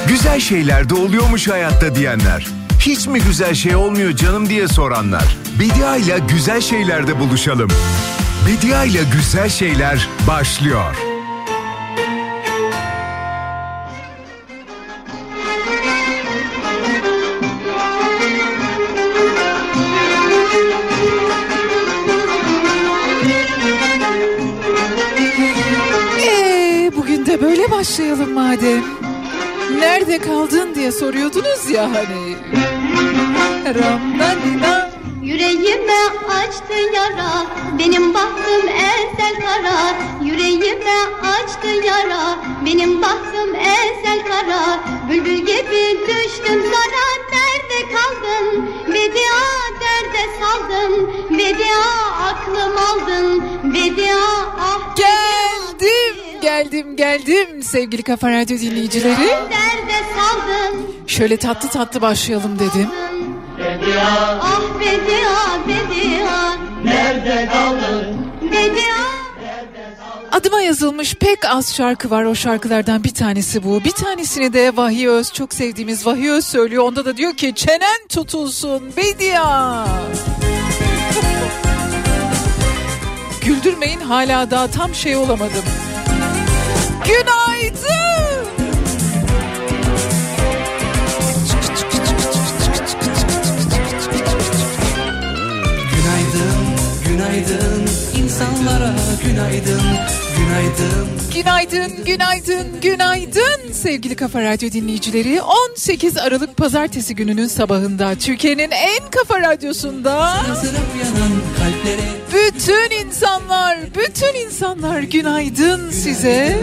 Güzel şeyler de oluyormuş hayatta diyenler. Hiç mi güzel şey olmuyor canım diye soranlar. Bedia ile güzel şeylerde buluşalım. Bedia ile güzel şeyler başlıyor. Bugün de böyle başlayalım madem. Nerede kaldın diye soruyordunuz ya hani. Ramdanina. Yüreğime açtı yara, benim bahtım ezel kara. Yüreğime açtı yara, benim bahtım ezel kara. Bülbül gibi düştüm zara, nerede kaldın? Bedia derde saldın, Bedia aklım aldın, Bedia ah. Geldim sevgili Kafa Radyo dinleyicileri. Şöyle tatlı tatlı başlayalım dedim. Bedia, ah Bedia, nerede kaldın? Bedia. Adıma yazılmış pek az şarkı var, o şarkılardan bir tanesi bu. Bir tanesini de Vahiy Öz, çok sevdiğimiz Vahiy Öz söylüyor. Onda da diyor ki çenen tutulsun Bedia. Güldürmeyin, hala daha tam şey olamadım. Günaydın. Günaydın insanlara günaydın. Günaydın sevgili Kafa Radyo dinleyicileri. 18 Aralık Pazartesi gününün sabahında Türkiye'nin en kafa radyosunda bütün insanlar günaydın size.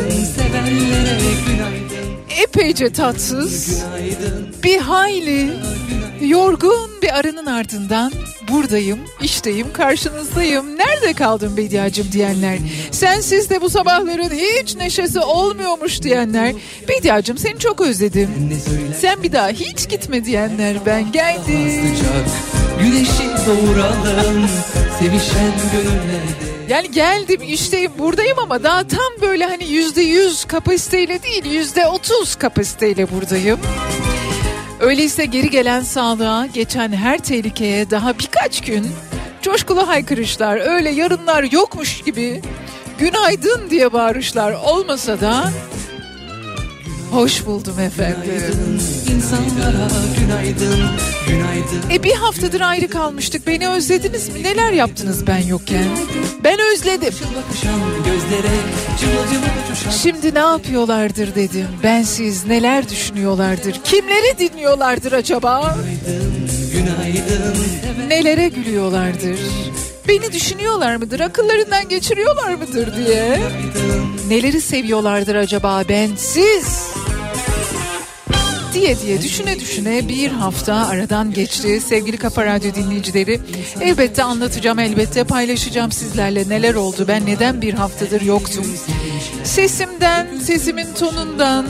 Epeyce tatsız, bir hayli yorgun bir aranın ardından buradayım, işteyim, karşınızdayım. Nerede kaldın Bediacığım diyenler, sensiz de bu sabahların hiç neşesi olmuyormuş diyenler, Bediacığım seni çok özledim, sen bir daha hiç gitme diyenler, ben geldim. Güneşi doğuralım, sevişen gönüllerde. Yani geldim, işteyim, buradayım ama daha tam böyle hani %100 kapasiteyle değil, %30 kapasiteyle buradayım. Öyleyse geri gelen sağlığa, geçen her tehlikeye daha birkaç gün coşkulu haykırışlar, öyle yarınlar yokmuş gibi günaydın diye bağırışlar olmasa da hoş buldum efendim. İnsanlara günaydın. Bir haftadır ayrı kalmıştık. Beni özlediniz mi? Neler yaptınız ben yokken? Ben özledim. Şimdi ne yapıyorlardır dedim. Bensiz neler düşünüyorlardır? Kimleri dinliyorlardır acaba? Nelere gülüyorlardır? Beni düşünüyorlar mıdır? Akıllarından geçiriyorlar mıdır diye. Neleri seviyorlardır acaba bensiz? diye düşüne bir hafta aradan geçti. Sevgili Kafa Radyo dinleyicileri, elbette anlatacağım, elbette paylaşacağım sizlerle neler oldu. Ben neden bir haftadır yoktum? Sesimden, sesimin tonundan,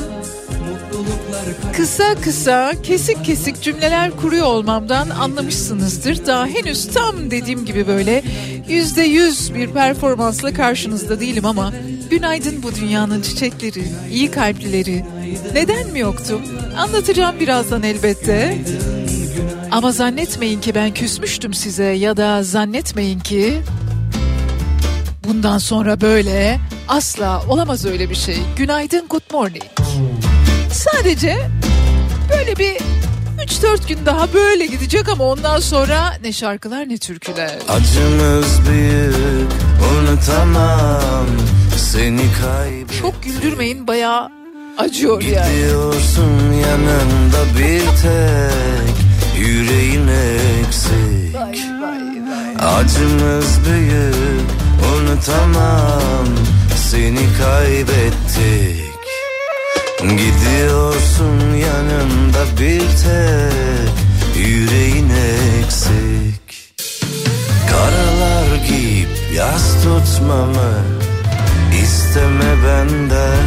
kısa kesik cümleler kuruyor olmamdan anlamışsınızdır. Daha henüz tam dediğim gibi böyle %100 bir performansla karşınızda değilim ama günaydın bu dünyanın çiçekleri, iyi kalplileri. Neden mi yoktum? Anlatacağım birazdan elbette. Ama zannetmeyin ki ben küsmüştüm size ya da zannetmeyin ki bundan sonra böyle, asla olamaz öyle bir şey. Günaydın, good morning. Sadece böyle bir 3-4 gün daha böyle gidecek ama ondan sonra ne şarkılar ne türküler. Acımız büyük, unutamam seni kaybettim. Çok güldürmeyin, bayağı acıyor yani. Gidiyorsun yanımda bir tek, yüreğin eksik. Vay. Acımız büyük, unutamam seni kaybettik. Gidiyorsun yanımda bir tek, yüreğin eksik. Karalar giyip yas tutmamı isteme benden.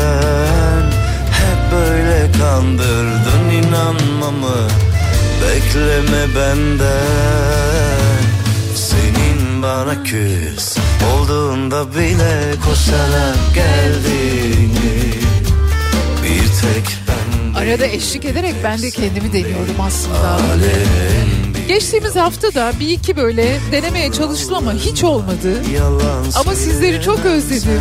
Hep böyle kandırdın inanmamı, bekleme benden. Senin bana küs olduğunda bile koşarak geldiğini bir tek ben arada eşlik ederek ben de kendimi deniyorum aslında. Geçtiğimiz hafta da bir iki böyle denemeye çalıştım ama hiç olmadı. Ama sizleri çok özledim.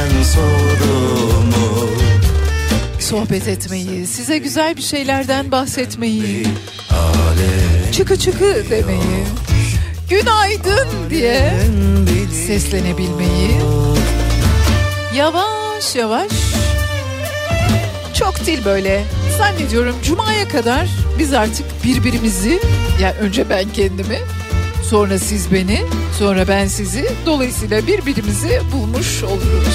Sohbet etmeyi, size güzel bir şeylerden bahsetmeyi, çıkı çıkı demeyi, günaydın diye seslenebilmeyi, yavaş yavaş, çok değil böyle, zannediyorum Cuma'ya kadar biz artık birbirimizi, yani önce ben kendimi, sonra siz beni, sonra ben sizi, dolayısıyla birbirimizi bulmuş oluruz.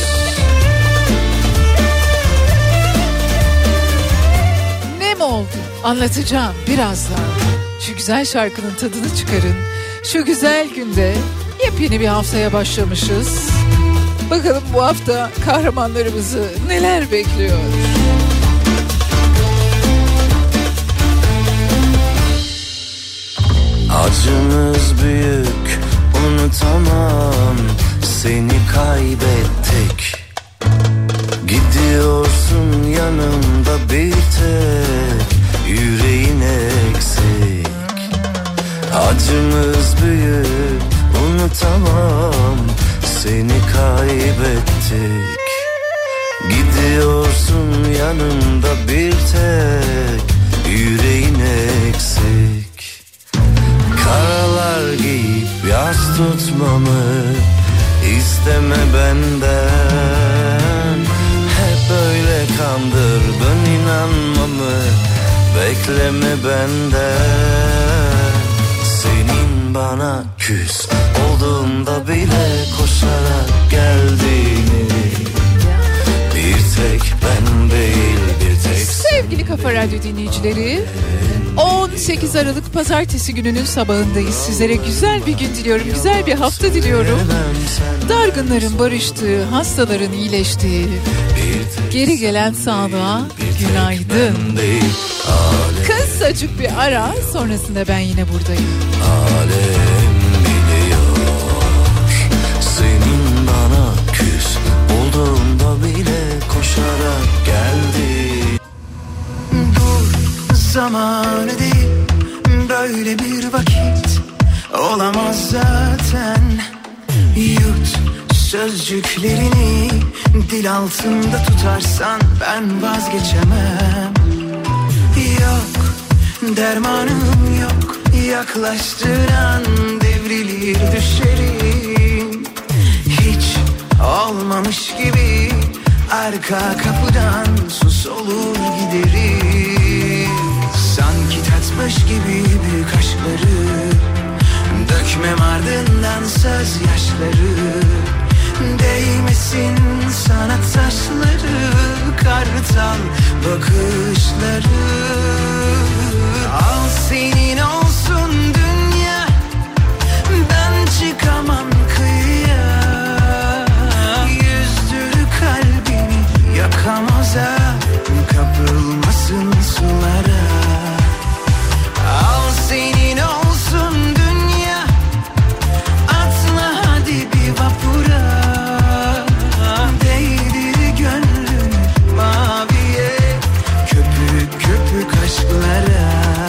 Ne mi oldu? Anlatacağım birazdan. Şu güzel şarkının tadını çıkarın. Şu güzel günde yepyeni bir haftaya başlamışız. Bakalım bu hafta kahramanlarımızı neler bekliyor? Acımız büyük, unutamam, seni kaybettik. Gidiyorsun yanımda bir tek, yüreğin eksik. Acımız büyük, unutamam, seni kaybettik. Gidiyorsun yanımda bir tek, yüreğin eksik. Karalar giyip yas tutmamı isteme benden. Hep öyle kandırdın inanmamı, bekleme benden. Senin bana küs olduğunda bile koşarak geldiğini, bir tek ben değil bir tek. Sevgili Kafa Radyo dinleyicileri, 18 Aralık Pazartesi gününün sabahındayız. Sizlere güzel bir gün diliyorum, güzel bir hafta diliyorum. Dargınların barıştığı, hastaların iyileştiği, geri gelen sağlığa günaydın. Kısacık bir ara, sonrasında ben yine buradayım. Alem biliyor, senin bana küs olduğunda bile koşarak geldi. Zamanı değil, böyle bir vakit olamaz zaten. Yut sözcüklerini, dil altında tutarsan ben vazgeçemem. Yok dermanım yok, yaklaştığın an devrilir düşerim. Hiç olmamış gibi arka kapıdan sus olur giderim. Sanki tatmış gibi büyük aşkları, dökmem ardından söz yaşları. Değmesin sana taşları, kartal bakışları. Al senin olsun dünya, ben çıkamam kıyıya. Yüzdür kalbimi yakamoza, kapılmasın sulara. Al senin olsun dünya, atla hadi bir vapura. Değdir gönlünü maviye, köpük köpük aşklara.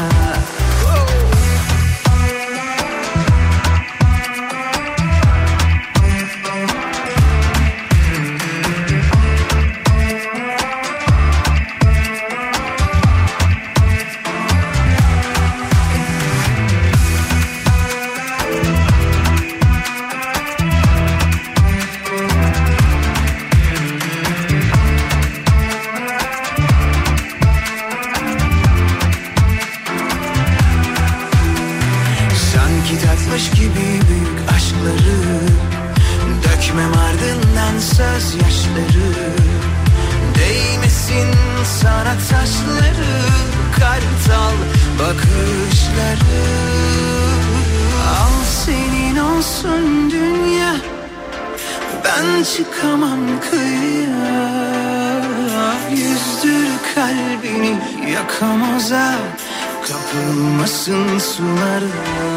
Gibi büyük aşkları, dökmem ardından söz yaşları. Değmesin sana taşları, kartal bakışları. Al senin olsun dünya, ben çıkamam kıyıya. Yüzdür kalbini yakamoza, kapılmasın sulara.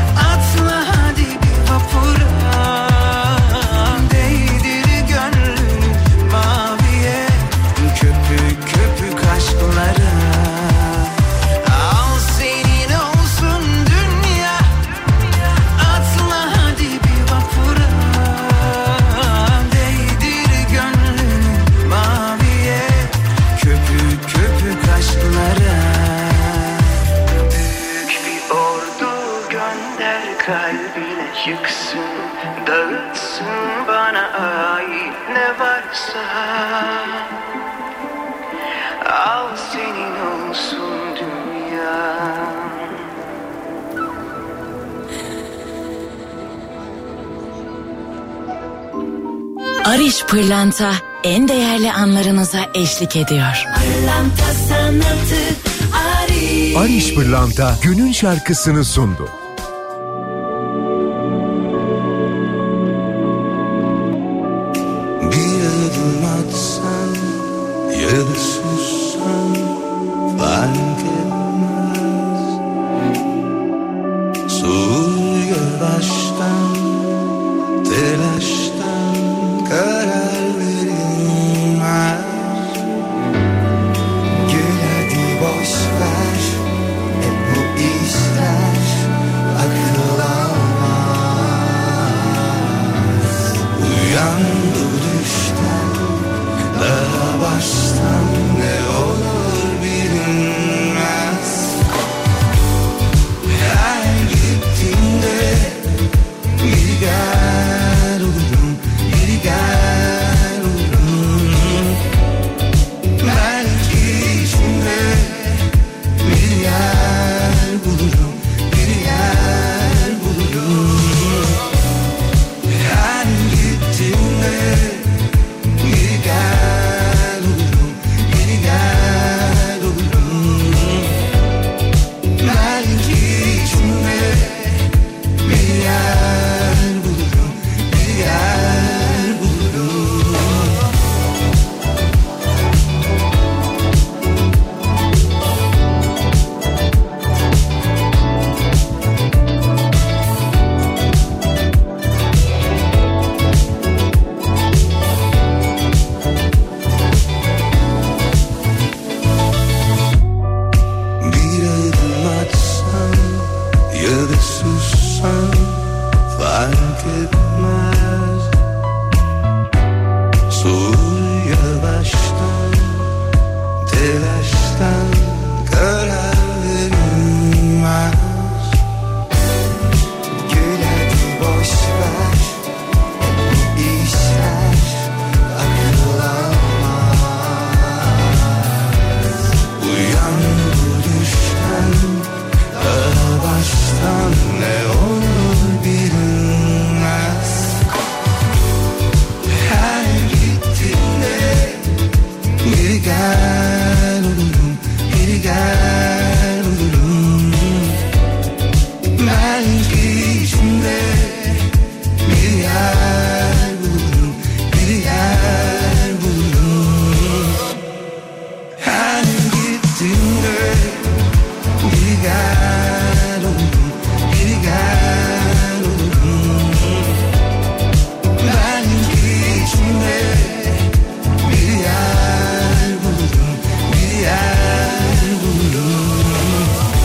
Değdir gönlünü ne varsa al senin olsun dünya. Ariş Pırlanta en değerli anlarınıza eşlik ediyor. Pırlanta sanatı Ariş. Ariş Pırlanta günün şarkısını sundu. Bir adım atsan ya da sussan fark etmez. Soğur yavaştan, telaştan karar verilmez. Gül hadi boş ver, hep bu işler akıl almaz. Uyan bu düşten, daha baştan ne olur bilinmez. Her gittiğinde bir gel olurum, bir gel olurum. Belki içimde bir yer bulurum, bir yer bulurum. Her gittiğinde bir gel olurum, bir gel olurum. Belki içimde bir yer bulurum, bir yer bulurum. Bir adım atsan ya da sussan fark etmez. Soğur yavaştan, telaştan karar verilmez. Gül hadi boş ver, bu işler akıl almaz. Uyan bu düşten, daha baştan ne olur bilinmez. Her gittiğinde bir gel olurum, bir gel olurum. Belki içimde bir yer bulurum, bir yer bulurum. Her gittiğinde bir gel olurum, bir gel olurum. Belki içimde bir yer bulurum, bir yer bulurum.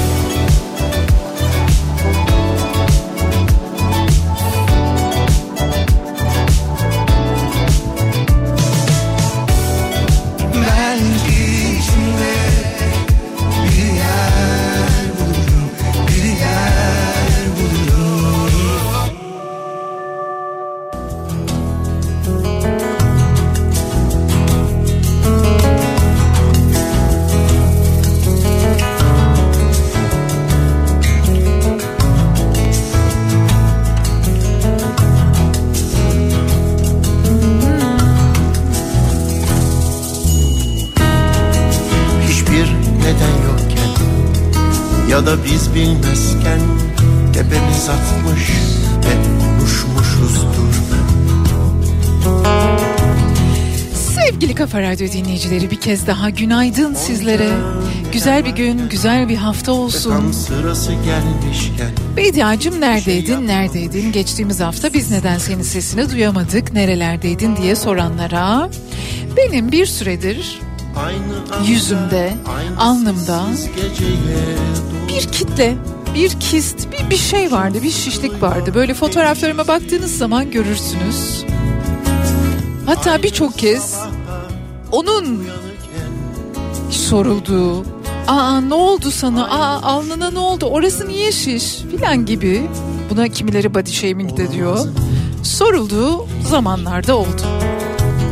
Belki içimde bir yer bulurum, bir yer bulurum. Hiçbir neden yokken ya da biz bilmezken tepemiz atmış ve konuşmuşuzdur. Sevgili Kafa Radyo dinleyicileri, bir kez daha günaydın sizlere. Güzel bir gün, güzel bir hafta olsun. Tam sırası gelmişken Bediacığım neredeydin? Geçtiğimiz hafta biz neden senin sesini duyamadık, nerelerdeydin diye soranlara benim bir süredir yüzümde, alnımda bir kitle, bir kist, bir şey vardı, bir şişlik vardı. Böyle fotoğraflarıma baktığınız zaman görürsünüz. Hatta birçok kez onun sorulduğu, ne oldu sana, alnına ne oldu, orası niye şiş filan gibi, buna kimileri body shaming de diyor, sorulduğu zamanlarda oldu.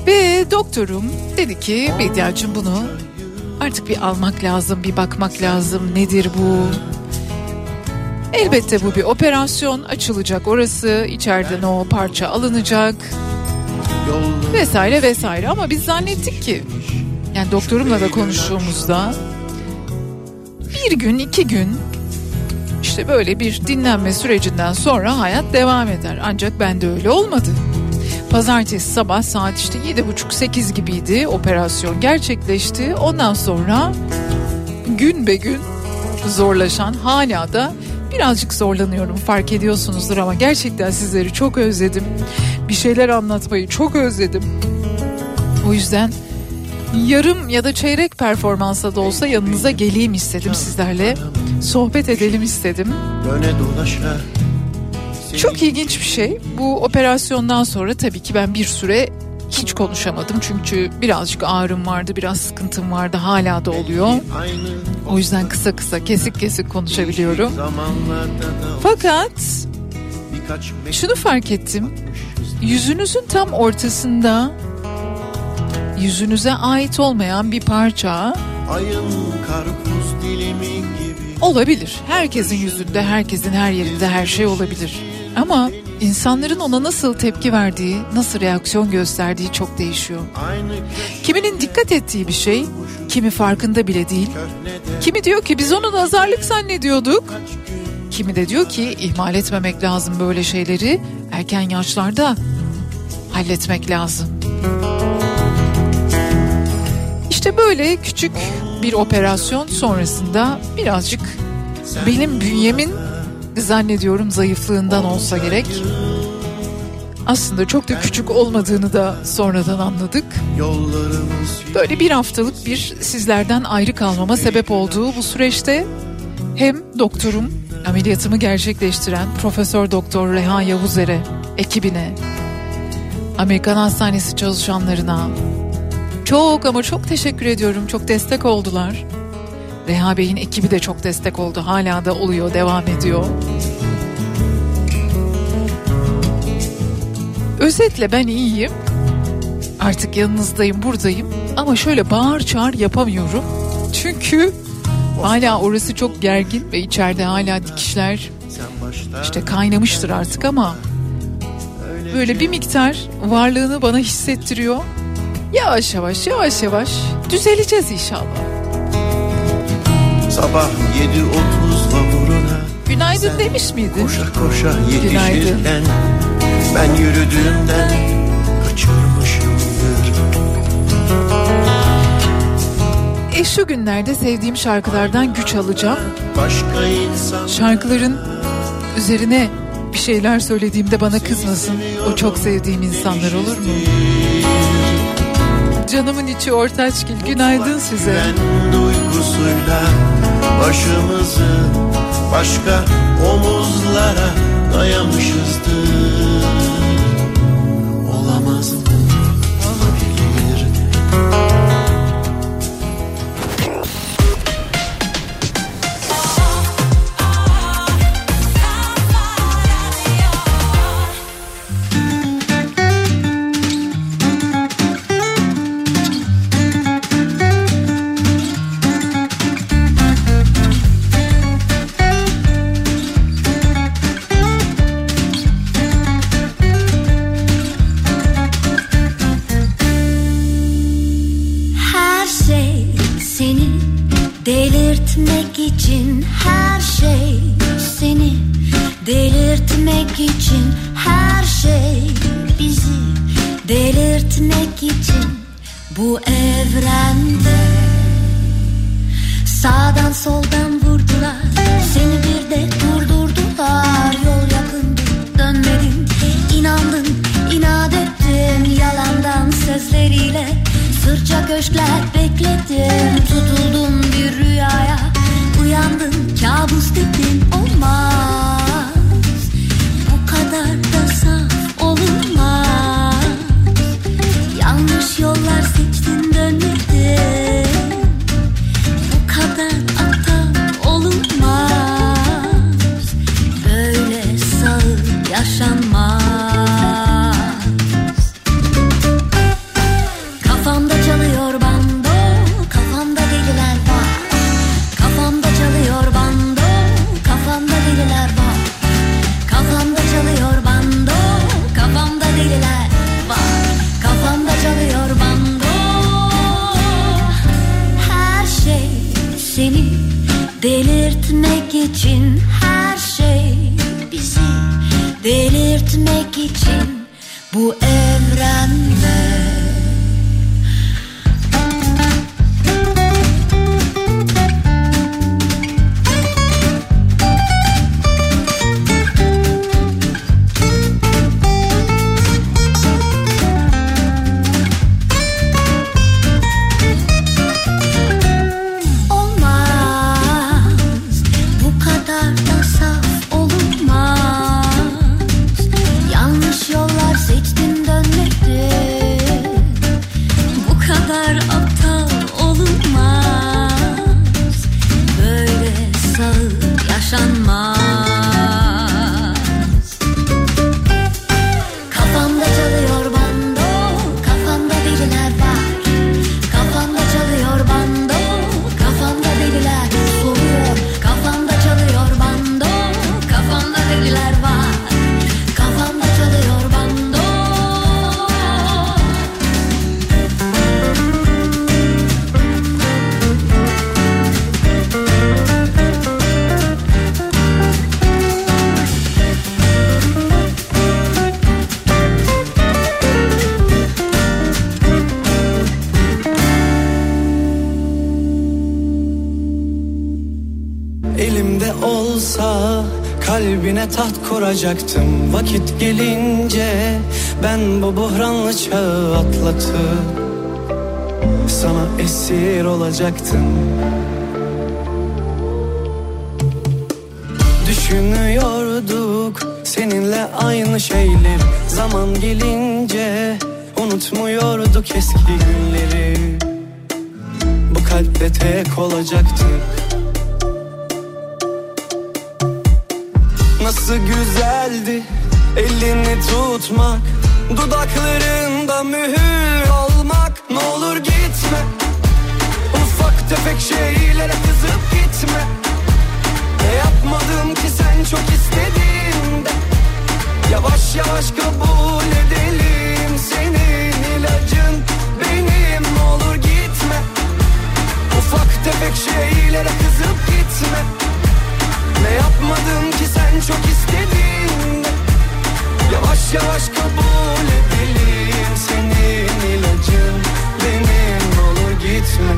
Ve doktorum dedi ki Bediacığım bunu artık bir almak lazım, bir bakmak lazım. Nedir bu? Elbette bu bir operasyon, açılacak orası, içeriden o parça alınacak vesaire vesaire. Ama biz zannettik ki, yani doktorumla da konuştuğumuzda, bir gün 2 gün işte böyle bir dinlenme sürecinden sonra hayat devam eder. Ancak bende öyle olmadı. Pazartesi sabah saat işte 7.30-8 gibiydi, operasyon gerçekleşti. Ondan sonra gün be gün zorlaşan, hala da birazcık zorlanıyorum, fark ediyorsunuzdur ama gerçekten sizleri çok özledim. Bir şeyler anlatmayı çok özledim. O yüzden yarım ya da çeyrek performansa da olsa yanınıza geleyim istedim, sizlerle sohbet edelim istedim. Çok ilginç bir şey. Bu operasyondan sonra tabii ki ben bir süre hiç konuşamadım. Çünkü birazcık ağrım vardı, biraz sıkıntım vardı, hala da oluyor. O yüzden kısa kısa, kesik kesik konuşabiliyorum. Fakat şunu fark ettim. Yüzünüzün tam ortasında yüzünüze ait olmayan bir parça olabilir. Herkesin yüzünde, herkesin her yerinde her şey olabilir. Ama insanların ona nasıl tepki verdiği, nasıl reaksiyon gösterdiği çok değişiyor. Kiminin dikkat ettiği bir şey, kimi farkında bile değil. Kimi diyor ki biz onu nazarlık zannediyorduk. Kimi de diyor ki ihmal etmemek lazım böyle şeyleri. Erken yaşlarda halletmek lazım. İşte böyle küçük bir operasyon sonrasında birazcık benim bünyemin, zannediyorum zayıflığından olsa gerek, aslında çok da küçük olmadığını da sonradan anladık. Böyle bir haftalık bir sizlerden ayrı kalmama sebep olduğu bu süreçte hem doktorum, ameliyatımı gerçekleştiren Profesör Doktor Reha Yavuzer'e, ekibine, Amerikan Hastanesi çalışanlarına çok ama çok teşekkür ediyorum. Çok destek oldular. Reha Bey'in ekibi de çok destek oldu. Hala da oluyor, devam ediyor. Özetle ben iyiyim. Artık yanınızdayım, buradayım. Ama şöyle bağır çağır yapamıyorum. Çünkü hala orası çok gergin ve içeride hala dikişler işte kaynamıştır artık ama böyle bir miktar varlığını bana hissettiriyor. Yavaş yavaş düzeleceğiz inşallah. Sabah 7.30 vapuruna günaydın demiş miydin? Koşa koşa yetişirken ben yürüdüğümden kaçırmışımdır. Şu günlerde sevdiğim şarkılardan güç alacağım. Şarkıların üzerine bir şeyler söylediğimde bana kızmasın. O çok sevdiğim insanlar, olur mu? Canımın içi Ortaçgil, günaydın size. Duygusuyla başımızı başka omuzlara dayamışızdır. Olamaz mı? Olabilir. Delirtmek için her şey, seni delirtmek için her şey, bizi delirtmek için bu evrende. Sağdan soldan vurdular, seni bir de durdurdular. Yol yakındı, dönmedin, inandın, inat ettin yalandan sözleriyle. Sırça köşkler bekledim, tutuldum bir rüyaya, uyandın, kabus dedin, olmaz, bu kadar da saf olunmaz. Yanlış yollar seçtin, dönmedin, bu kadar aptal olunmaz. Böyle sağır yaşanmaz. bu evrende. Kalbine taht kuracaktım vakit gelince, ben bu buhranlı çağı atlatıp sana esir olacaktım. Düşünüyorduk seninle aynı şeyler, zaman gelince unutmuyorduk eski günleri. Bu kalpte tek olacaktık. Nasıl güzeldi elini tutmak, dudaklarında mühür olmak. Ne olur gitme, ufak tefek şeylere kızıp gitme. Ne yapmadım ki sen çok istediğinde. Yavaş yavaş kabul edelim, senin ilacın benim. Ne olur gitme, ufak tefek şeylere kızıp gitme. Ne yapmadım ki sen çok istediğinde. Yavaş yavaş kabul edelim, senin ilacın benim. Ne olur gitme.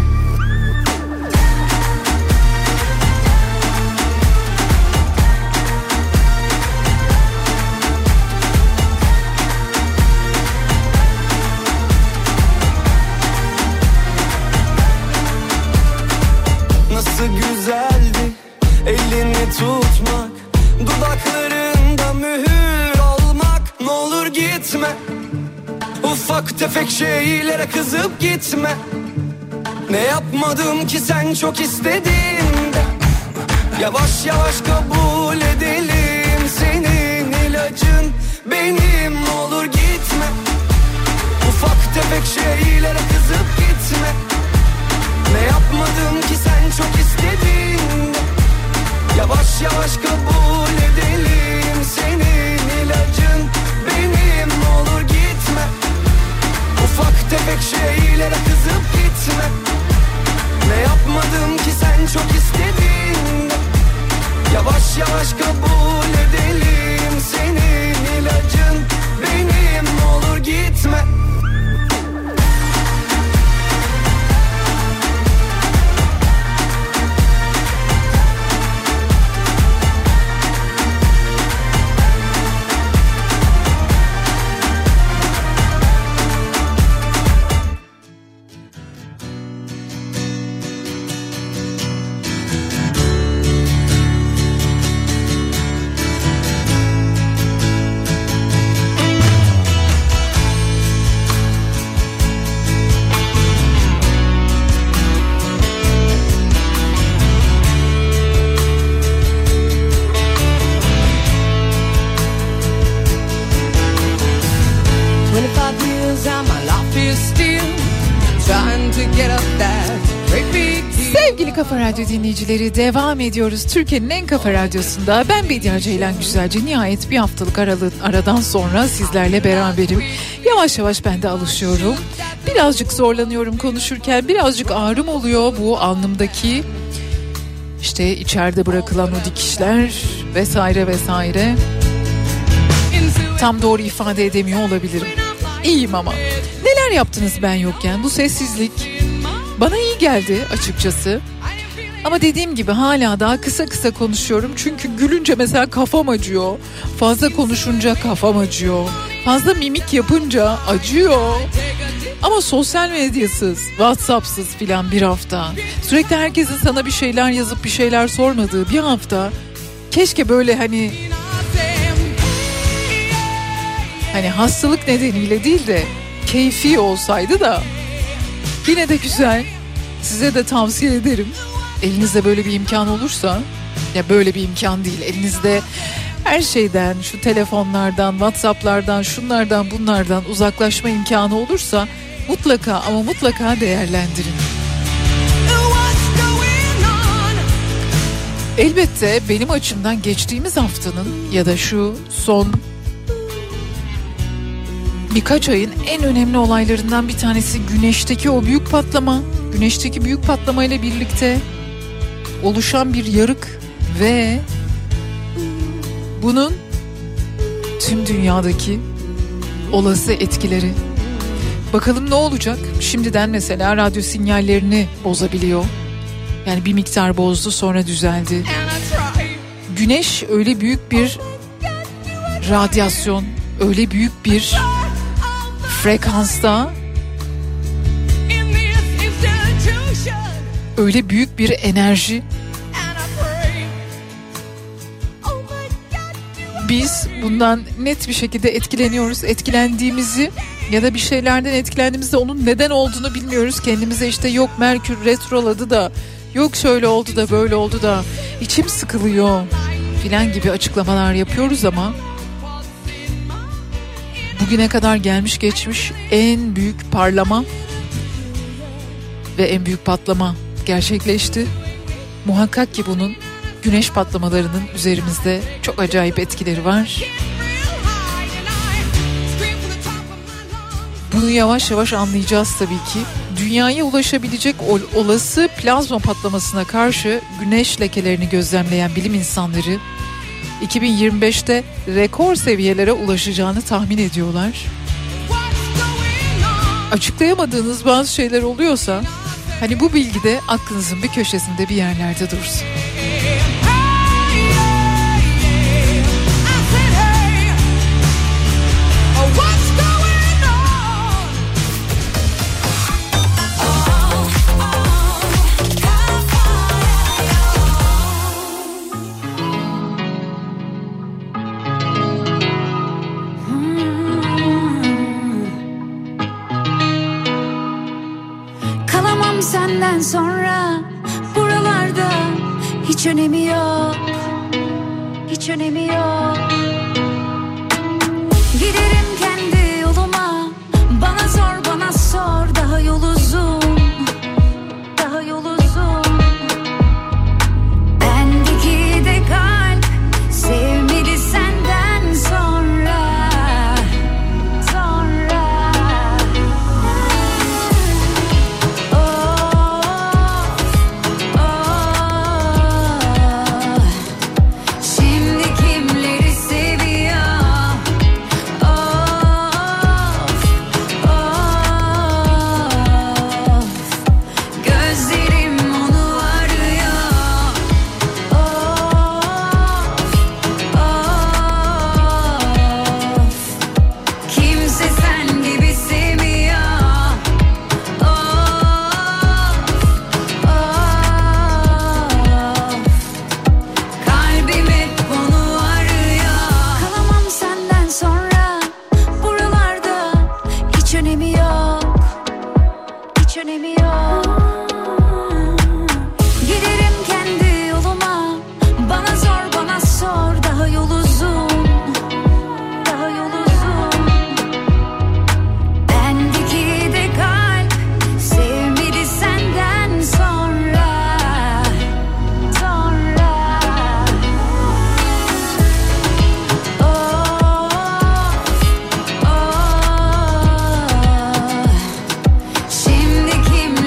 Nasıl güzeldi elini tutmak, dudaklarında mühür olmak. Ne olur gitme, ufak tefek şeylere kızıp gitme. Ne yapmadım ki sen çok istediğinde. Yavaş yavaş kabul edelim, senin ilacın benim. Ne olur gitme, ufak tefek şeylere kızıp gitme. Ne yapmadım ki sen çok istediğinde. Yavaş yavaş kabul edelim, senin ilacın benim. Ne olur gitme, ufak tefek şeylere kızıp gitme. Ne yapmadım ki sen çok istediğinde. Yavaş yavaş kabul edelim, senin ilacın benim. Ne olur gitme. Sevgili Kafa Radyo dinleyicileri, devam ediyoruz. Türkiye'nin en kafa radyosunda. Ben Bediye Ceylan Güzelce. Nihayet bir haftalık aradan sonra sizlerle beraberim. Yavaş yavaş ben de alışıyorum. Birazcık zorlanıyorum konuşurken. Birazcık ağrım oluyor bu alnımdaki. İşte içeride bırakılan o dikişler vesaire vesaire. Tam doğru ifade edemiyor olabilirim. İyiyim ama. Neler yaptınız ben yokken? Bu sessizlik bana iyi geldi açıkçası. Ama dediğim gibi hala daha kısa kısa konuşuyorum. Çünkü gülünce mesela kafam acıyor. Fazla konuşunca kafam acıyor. Fazla mimik yapınca acıyor. Ama sosyal medyasız, WhatsApp'sız filan bir hafta. Sürekli herkesin sana bir şeyler yazıp bir şeyler sormadığı bir hafta. Keşke böyle hani hastalık nedeniyle değil de keyfi olsaydı da yine de güzel. Size de tavsiye ederim. Elinizde böyle bir imkan olursa, ya böyle bir imkan değil, elinizde her şeyden, şu telefonlardan, WhatsApp'lardan, şunlardan bunlardan uzaklaşma imkanı olursa mutlaka ama mutlaka değerlendirin. Elbette benim açımdan geçtiğimiz haftanın ya da şu son birkaç ayın en önemli olaylarından bir tanesi Güneş'teki o büyük patlama. Güneş'teki büyük patlamayla birlikte oluşan bir yarık ve bunun tüm dünyadaki olası etkileri. Bakalım ne olacak? Şimdiden mesela radyo sinyallerini bozabiliyor. Yani bir miktar bozdu, sonra düzeldi. Güneş öyle büyük bir radyasyon, öyle büyük bir frekansta, öyle büyük bir enerji. Biz bundan net bir şekilde etkileniyoruz. Etkilendiğimizi ya da bir şeylerden etkilendiğimizde onun neden olduğunu bilmiyoruz. Kendimize işte yok Merkür retroladı da, yok şöyle oldu da böyle oldu da içim sıkılıyor filan gibi açıklamalar yapıyoruz ama bugüne kadar gelmiş geçmiş en büyük parlama ve en büyük patlama gerçekleşti. Muhakkak ki bunun, güneş patlamalarının üzerimizde çok acayip etkileri var. Bunu yavaş yavaş anlayacağız tabii ki. Dünyaya ulaşabilecek olası plazma patlamasına karşı güneş lekelerini gözlemleyen bilim insanları 2025'te rekor seviyelere ulaşacağını tahmin ediyorlar. Açıklayamadığınız bazı şeyler oluyorsa hani bu bilgi de aklınızın bir köşesinde bir yerlerde dursun. Senden sonra buralarda hiç önemi yok, hiç önemi yok. Giderim kendi yoluma, bana sor daha yol uzun, daha yol uzun. Bendeki de kalp sevmedi senden sonra. Şimdi kim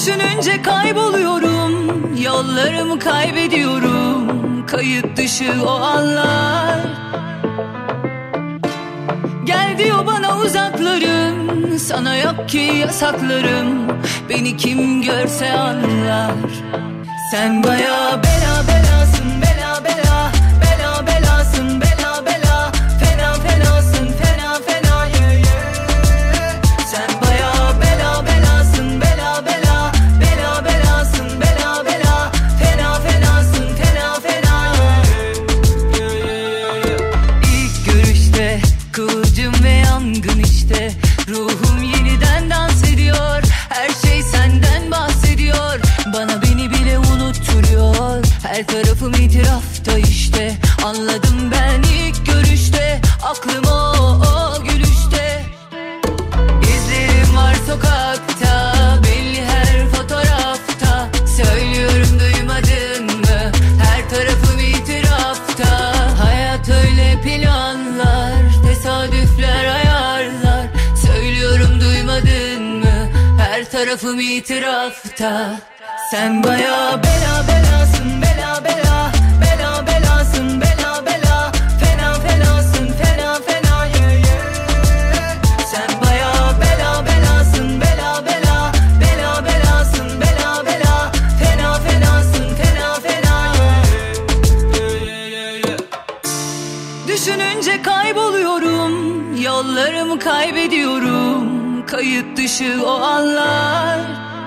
Düşününce kayboluyorum, yollarımı kaybediyorum, kayıt dışı o anlar. Gel diyor bana uzaklarım, sana yok ki yasaklarım, beni kim görse anlar. Sen bayağı bela belasın, bela bela, bela belasın, bela bela, fena fenasın, fena fena yeah, yeah. Sen bayağı bela belasın, bela bela, bela belasın, bela bela, fena fenasın, fena fena yeah, yeah. İlk görüşte kıvılcım ve yangın işte, ruhum yeniden dans ediyor, her şey senden bahsediyor, bana beni bile unutturuyor, her tarafım itirafta işte, anladım ben ilk görüşte, aklım o gülüşte. İzlerim var sokakta, belli her fotoğrafta, söylüyorum duymadın mı, her tarafım itirafta. Hayat öyle planlar, tesadüfler ayarlar, söylüyorum duymadın mı, her tarafım itirafta. Sen bayağı bela belasın, bela bela, bela belasın, bela bela, fena fenasın, fena fena yeah, yeah. Sen bayağı bela belasın, bela bela, bela belasın, bela bela, fena fenasın, fena fena yeah. Düşününce kayboluyorum, yollarımı kaybediyorum, kayıt dışı o anlar.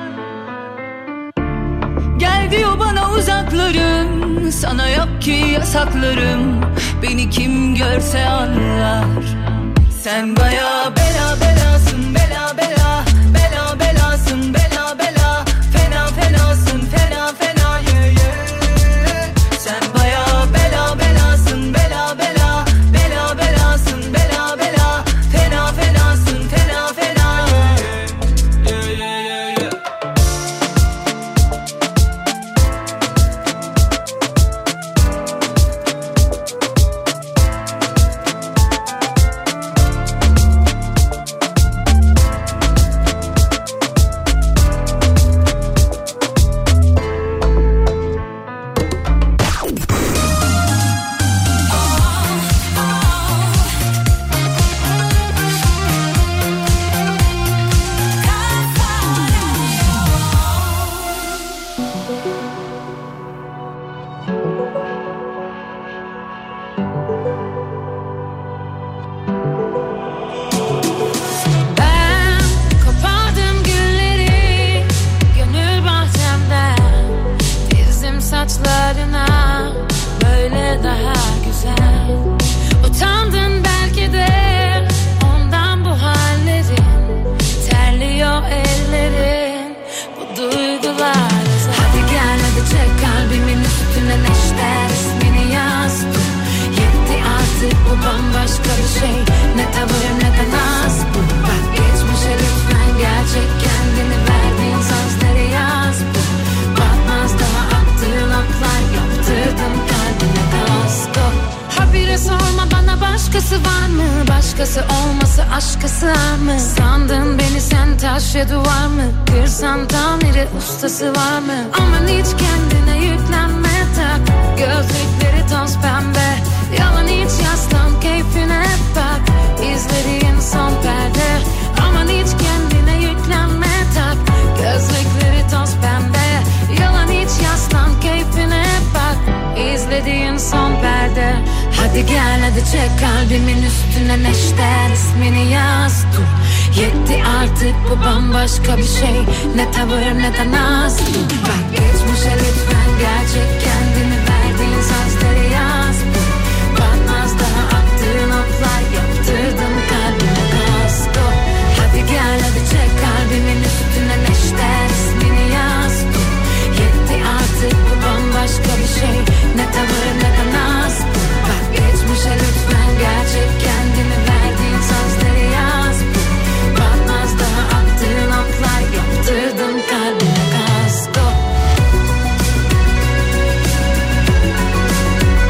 Gel diyor bana uzaklarım, sana yok ki yasaklarım, beni kim görse anlar. Sen bayağı bela belasın, bela bela, bela belasın, bela bela, fena fenasın, fena fena yeah, yeah. Sen bayağı bela belasın, bela bela, bela belasın, bela bela, fena fenasın, fena fena yeah, yeah. Başkası olması aşkası mı? Sandın beni sen taş ya duvar mı? Kırsan tamiri ustası var mı? Aman hiç kendine yüklenme, tak gözlükleri toz pembe. Yalan hiç yaslan keyfine bak, izlediğin son perde. Aman hiç kendine yüklenme, tak gözlükleri toz pembe. Yalan hiç yaslan keyfine bak, izlediğin son perde. Hadi gel hadi çek kalbimin üstüne neşter, ismini yaz dur. Yetti artık bu bambaşka bir şey, ne tavır ne de naz. Bak geçmişe lütfen gerçek kendini verdiğin sözleri yaz. Batmaz daha attığın oklar, yaptırdım kalbine kasko. Hadi gel hadi çek kalbimin üstüne neşter, ismini yaz dur. Yetti artık bu bambaşka bir şey, ne tavır ne de naz. Bak geçmişe lütfen gerçek kendini verdiğin sözleri yaz. Batmaz daha attığın oklar, yaptırdım kalbine kasko.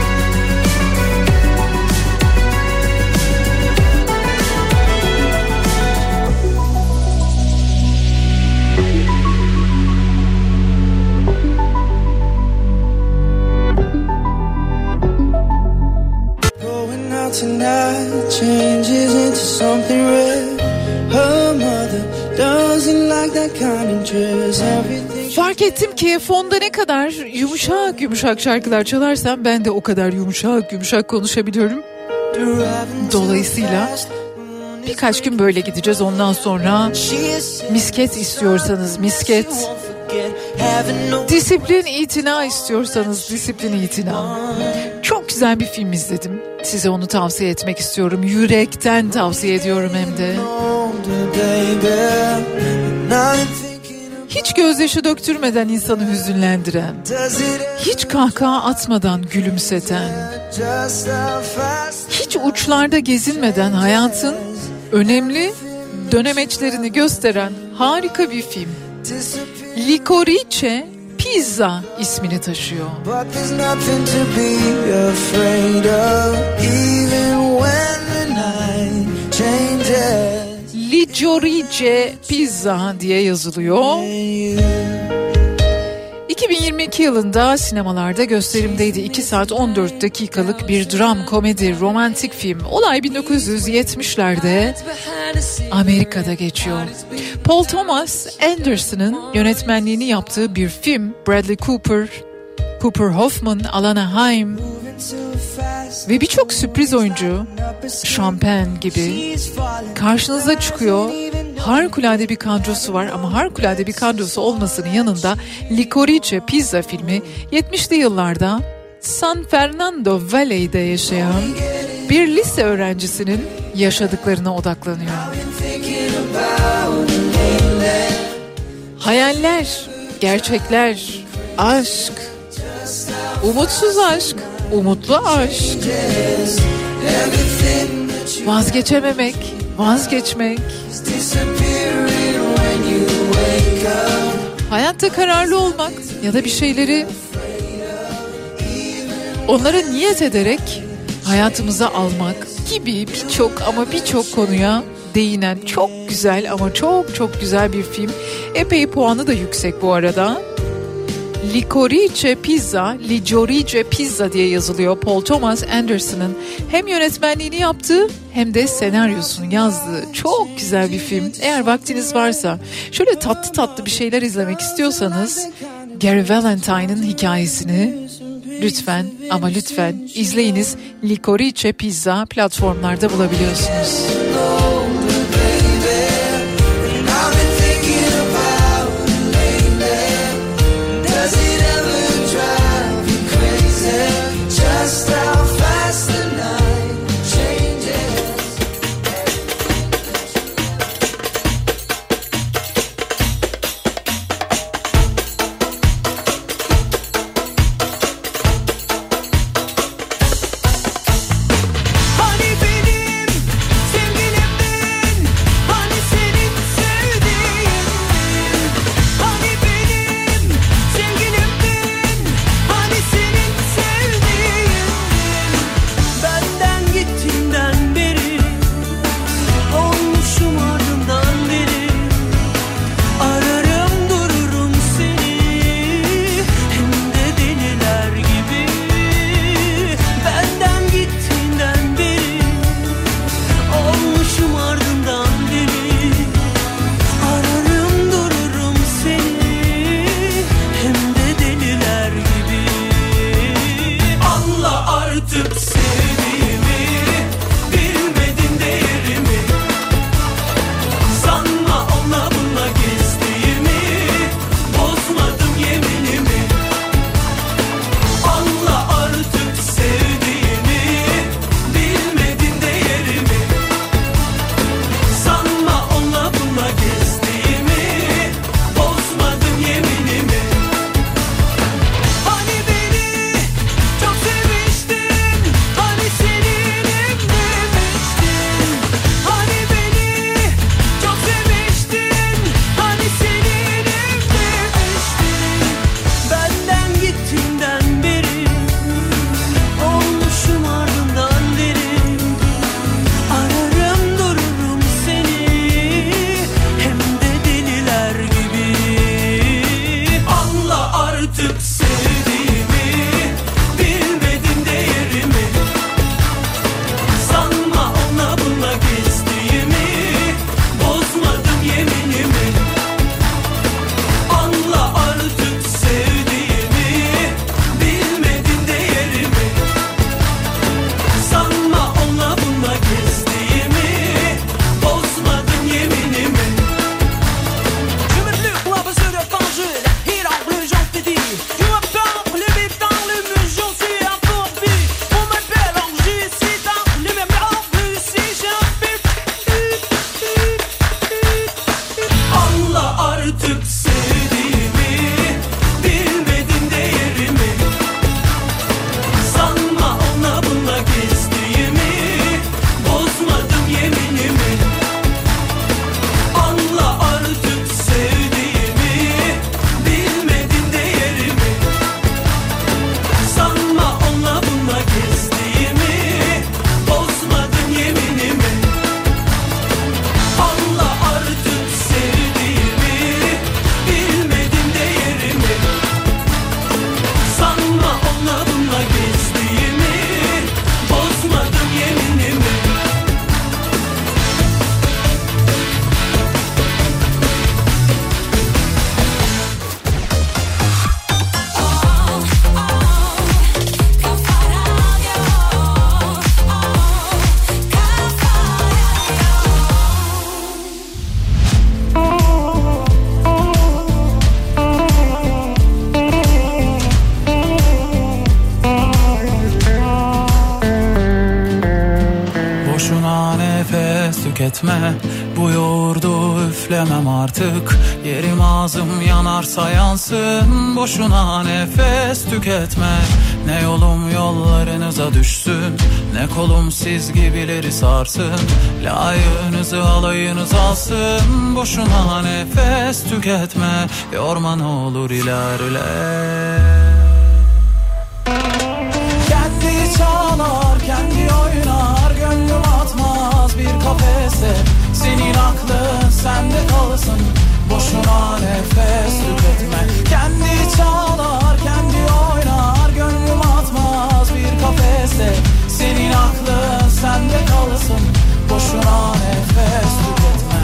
tonight changes into something red. Her mother doesn't like that kind of dress. Everything. Fark ettim ki fonda ne kadar yumuşak yumuşak şarkılar çalarsam ben de o kadar yumuşak yumuşak konuşabiliyorum. Dolayısıyla birkaç gün böyle gideceğiz. Ondan sonra misket istiyorsanız misket, disiplin itina istiyorsanız disiplin itina. Çok güzel bir film izledim. Size onu tavsiye etmek istiyorum. Yürekten tavsiye ediyorum hem de. Hiç gözyaşı döktürmeden insanı hüzünlendiren, hiç kahkaha atmadan gülümseten, hiç uçlarda gezinmeden hayatın önemli dönemeçlerini gösteren harika bir film. Licorice Pizza ismini taşıyor. Licorice Pizza diye yazılıyor. 2022 yılında sinemalarda gösterimdeydi. 2 saat 14 dakikalık bir dram, komedi, romantik film. Olay 1970'lerde Amerika'da geçiyor. Paul Thomas Anderson'ın yönetmenliğini yaptığı bir film. Bradley Cooper, Cooper Hoffman, Alana Haim ve birçok sürpriz oyuncu, Champagne gibi karşınıza çıkıyor. Harikulade bir kadrosu var ama harikulade bir kadrosu olmasının yanında Licorice Pizza filmi 70'li yıllarda San Fernando Valley'de yaşayan bir lise öğrencisinin yaşadıklarına odaklanıyor. Hayaller, gerçekler, aşk, umutsuz aşk, umutlu aşk, vazgeçememek, vazgeçmek, hayatta kararlı olmak ya da bir şeyleri onlara niyet ederek hayatımıza almak gibi birçok konuya değinen çok güzel ama çok güzel bir film. Epey puanı da yüksek bu arada. Licorice Pizza diye yazılıyor. Paul Thomas Anderson'ın hem yönetmenliğini yaptığı hem de senaryosunu yazdığı çok güzel bir film. Eğer vaktiniz varsa şöyle tatlı bir şeyler izlemek istiyorsanız Gary Valentine'ın hikayesini lütfen ama lütfen izleyiniz. Licorice Pizza platformlarda bulabiliyorsunuz. Hani benim tüketme. Bu yoğurdu üflemem artık. Yerim ağzım yanarsa yansın. Boşuna nefes tüketme. Ne yolum yollarınıza düşsün, ne kolum siz gibileri sarsın. Layığınızı alayınız alsın. Boşuna nefes tüketme. Yorma ne olur ilerle. Kendi çalar, kendi oynar, gönlüm atmaz bir kafese. Senin aklın sende kalsın. Boşuna nefes tüketme. Kendi çalar, kendi oynar, gönlüm atmaz bir kafese. Senin aklın sende kalsın. Boşuna nefes tüketme.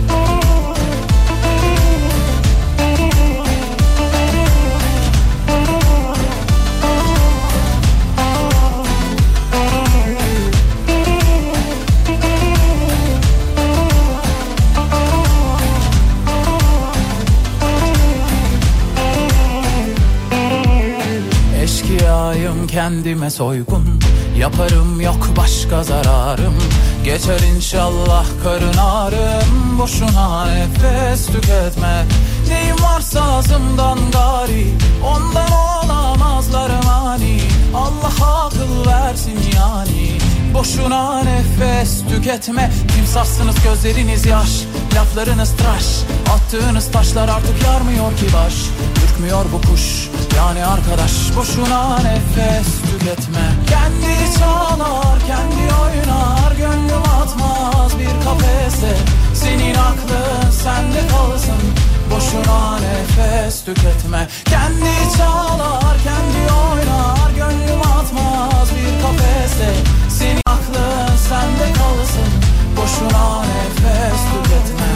Eşkıyayım kendime soygun, yaparım yok başka zararım. Geçer inşallah karın ağrım. Boşuna nefes tüketme. Neyim varsa ağzımdan gari, ondan olamazlar mani. Allah akıl versin yani. Boşuna nefes tüketme. Timsahsınız gözleriniz yaş, laflarınız tıraş. Attığınız taşlar artık yarmıyor ki baş. Ürkmüyor bu kuş yani arkadaş. Boşuna nefes tüketme. Kendi çalar, kendi oynar, gönlüm atmaz bir kafese. Senin aklın sende kalsın. Boşuna nefes tüketme. Kendi çalar, kendi oynar, gönlüm atmaz bir kafese. Senin aklın sende kalsın. Boşuna nefes tüketme.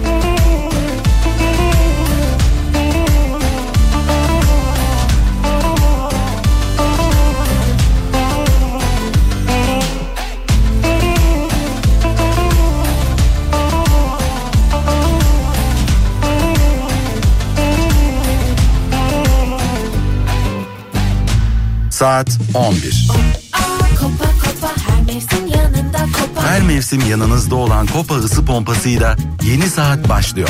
Saat 11. Her mevsim yanınızda olan Kopa ısı pompasıyla yeni saat başlıyor.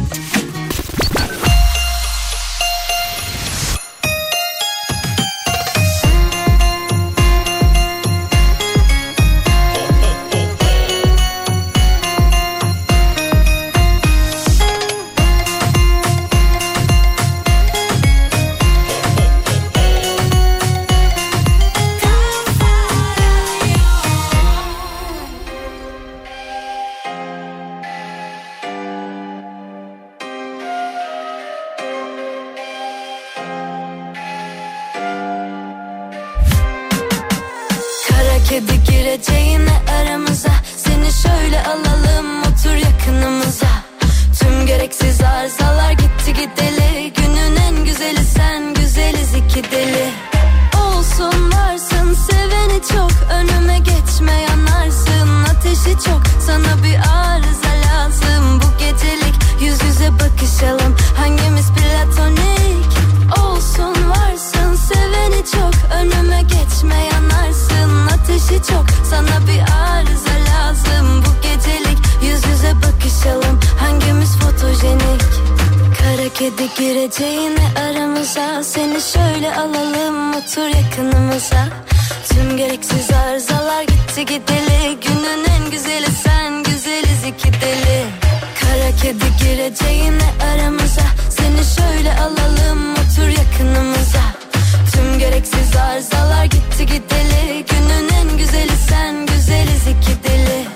Kedi gireceğine aramıza, seni şöyle alalım otur yakınımıza. Tüm gereksiz arızalar gitti gideli, günün en güzeli sen, güzeliz iki deli. Olsun varsın seveni çok, önüme geçme yanarsın, ateşi çok. Sana bir arıza lazım bu gecelik, yüz yüze bakışalım, hangimiz platonik. Olsun varsın seveni çok, önüme geçme yanarsın, ateşi çok. Sana bir arıza lazım bu gecelik, yüz yüze bakışalım, hangimiz fotojenik. Kara kedi gireceğine aramıza, seni şöyle alalım otur yakınımıza. Tüm gereksiz arızalar gitti gideli, günün en güzeli sen, güzeliz iki deli. Kara kedi gireceğine aramıza, seni şöyle alalım otur yakınımıza. Tüm gereksiz arızalar gitti gideli, günün en güzeli sen, güzeliz iki deli.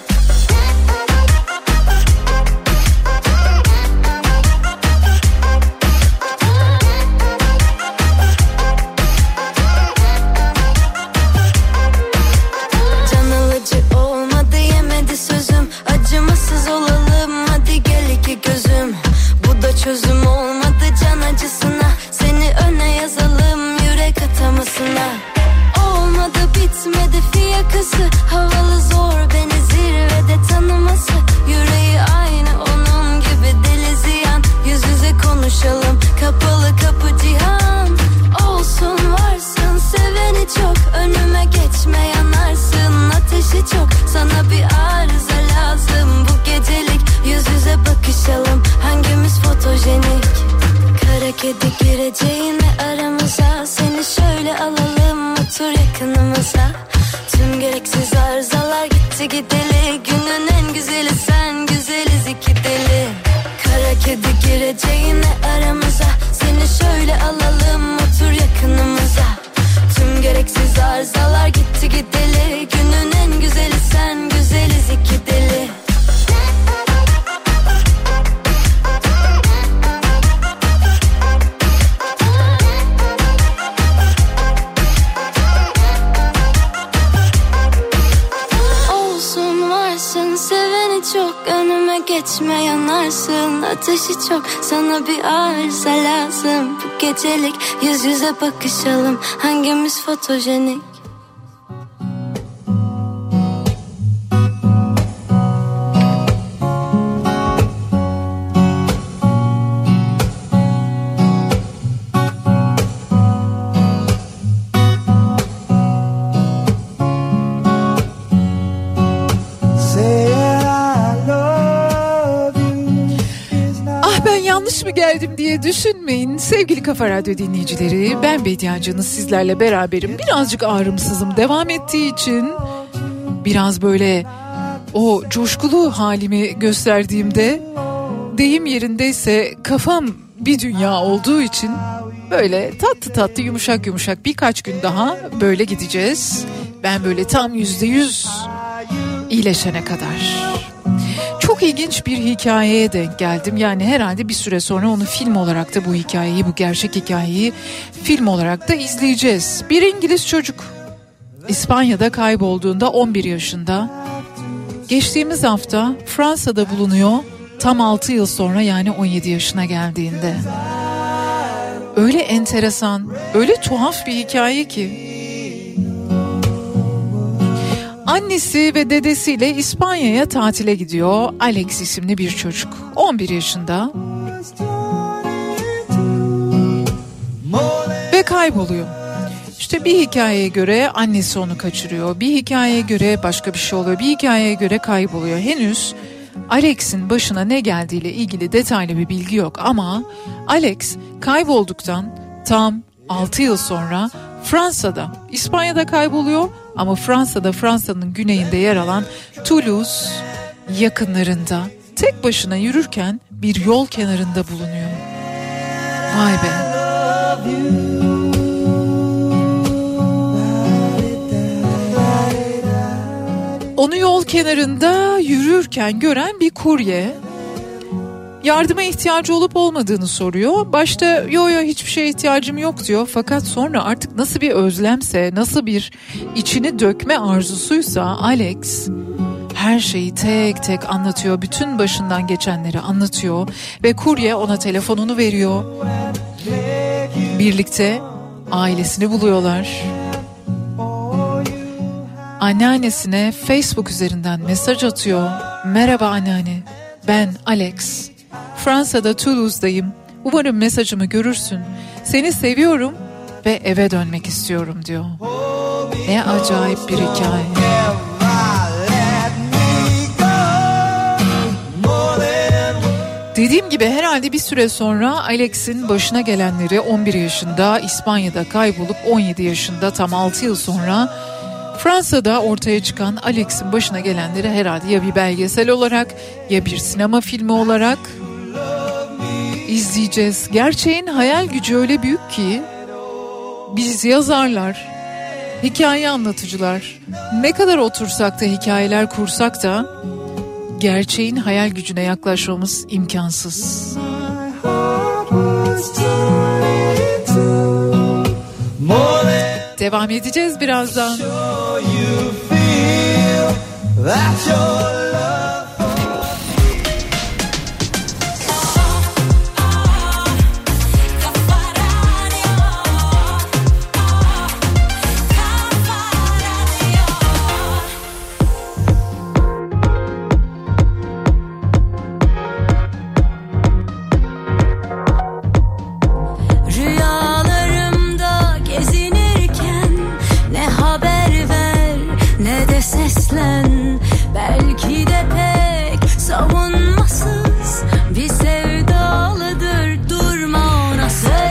Can alıcı olmadı yemedi sözüm, acımasız olalım hadi gel iki gözüm. Bu da çözüm olmadı can acısına, seni öne yazalım yürek atamasına. Olmadı bitmedi fiyakası, havalı zor beni zirvede tanıması. Yüreği aynı onun gibi deli ziyan, yüz yüze konuşalım kapalı kapı cihan. Olsun varsın seveni çok, önüme geçme yanarsın, ateşi çok. Sana bir arıza lazım kedi gireceğine aramıza, seni şöyle alalım otur yakınımıza. Tüm gereksiz arızalar gitti gideli, günün en güzeli sen, güzeliz iki deli. Kara kedi gireceğine aramıza, seni şöyle alalım otur yakınımıza. Tüm gereksiz arızalar gitti gideli, günün en güzeli sen, güzeliz iki deli. Seveni çok, önüme geçme yanarsın. Ateşi çok, sana bir arıza lazım. Bu gecelik yüz yüze bakışalım, hangimiz fotojenik? Geldim diye düşünmeyin sevgili Kafa Radyo dinleyicileri, ben Bediye Can'ız, sizlerle beraberim. Birazcık ağrımsızım devam ettiği için, biraz böyle o coşkulu halimi gösterdiğimde, deyim yerindeyse kafam bir dünya olduğu için böyle tatlı tatlı yumuşak yumuşak birkaç gün daha böyle gideceğiz. Ben böyle tam %100 iyileşene kadar. Çok ilginç bir hikayeye denk geldim. Yani herhalde bir süre sonra onu film olarak da, bu hikayeyi, bu gerçek hikayeyi film olarak da izleyeceğiz. Bir İngiliz çocuk İspanya'da kaybolduğunda 11 yaşında. Geçtiğimiz hafta Fransa'da bulunuyor tam 6 yıl sonra, yani 17 yaşına geldiğinde. Öyle enteresan, öyle tuhaf bir hikaye ki. Annesi ve dedesiyle İspanya'ya tatile gidiyor Alex isimli bir çocuk. 11 yaşında. Ve kayboluyor. İşte bir hikayeye göre annesi onu kaçırıyor. Bir hikayeye göre başka bir şey oluyor. Bir hikayeye göre kayboluyor. Henüz Alex'in başına ne geldiğiyle ilgili detaylı bir bilgi yok. Ama Alex kaybolduktan tam 6 yıl sonra Fransa'da, İspanya'da kayboluyor. Ama Fransa'nın güneyinde yer alan Toulouse yakınlarında tek başına yürürken bir yol kenarında bulunuyor. Vay be. Onu yol kenarında yürürken gören bir kurye yardıma ihtiyacı olup olmadığını soruyor. Başta yo hiçbir şeye ihtiyacım yok diyor. Fakat sonra artık nasıl bir özlemse, nasıl bir içini dökme arzusuysa Alex her şeyi tek tek anlatıyor. Bütün başından geçenleri anlatıyor ve kurye ona telefonunu veriyor. Birlikte ailesini buluyorlar. Anneannesine Facebook üzerinden mesaj atıyor. Merhaba anneanne, ben Alex. Fransa'da Toulouse'dayım. Umarım mesajımı görürsün. Seni seviyorum ve eve dönmek istiyorum diyor. Ne acayip bir hikaye. Dediğim gibi herhalde bir süre sonra Alex'in başına gelenleri, 11 yaşında İspanya'da kaybolup 17 yaşında tam 6 yıl sonra Fransa'da ortaya çıkan Alex'in başına gelenleri herhalde ya bir belgesel olarak ya bir sinema filmi olarak izleyeceğiz. Gerçeğin hayal gücü öyle büyük ki biz yazarlar, hikaye anlatıcılar ne kadar otursak da hikayeler kursak da gerçeğin hayal gücüne yaklaşmamız imkansız. Devam edeceğiz birazdan. Belki de pek savunmasız bir sevdalıdır, durma ona söyle.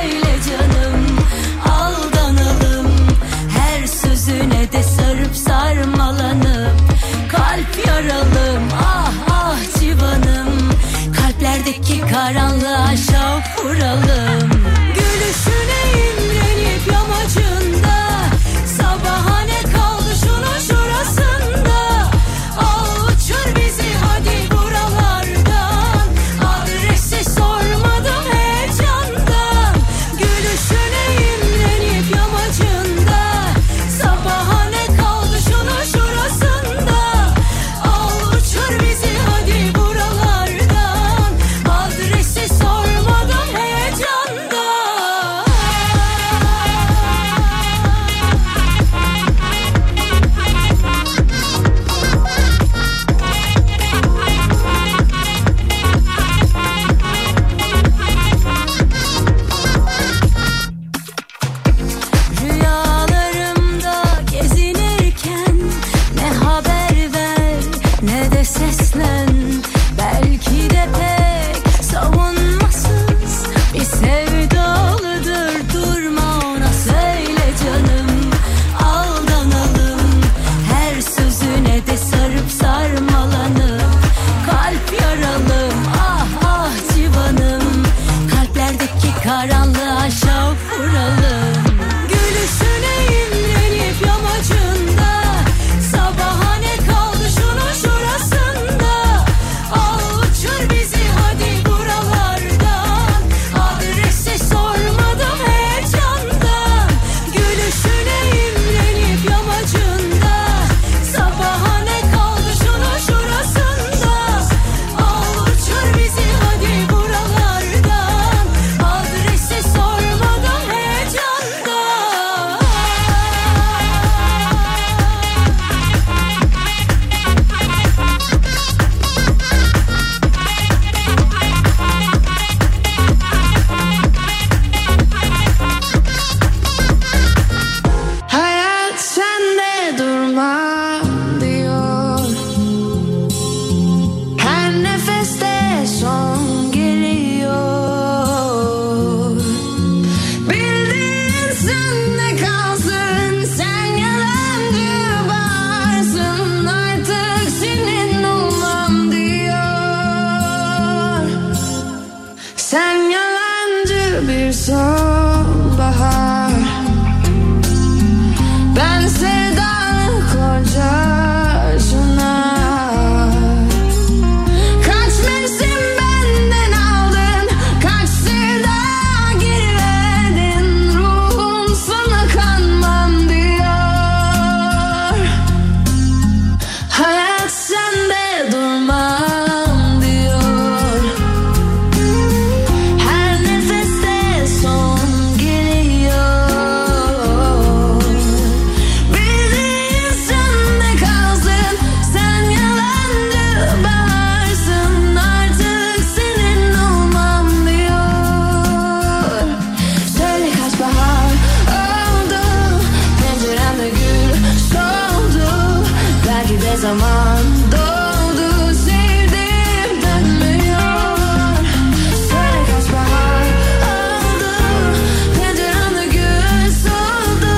zaman doğdu sevdim dönmüyor. Söyle kaç bahar oldu, penceremde gül soldu.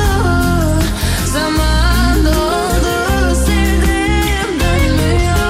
Zaman doğdu sevdim dönmüyor.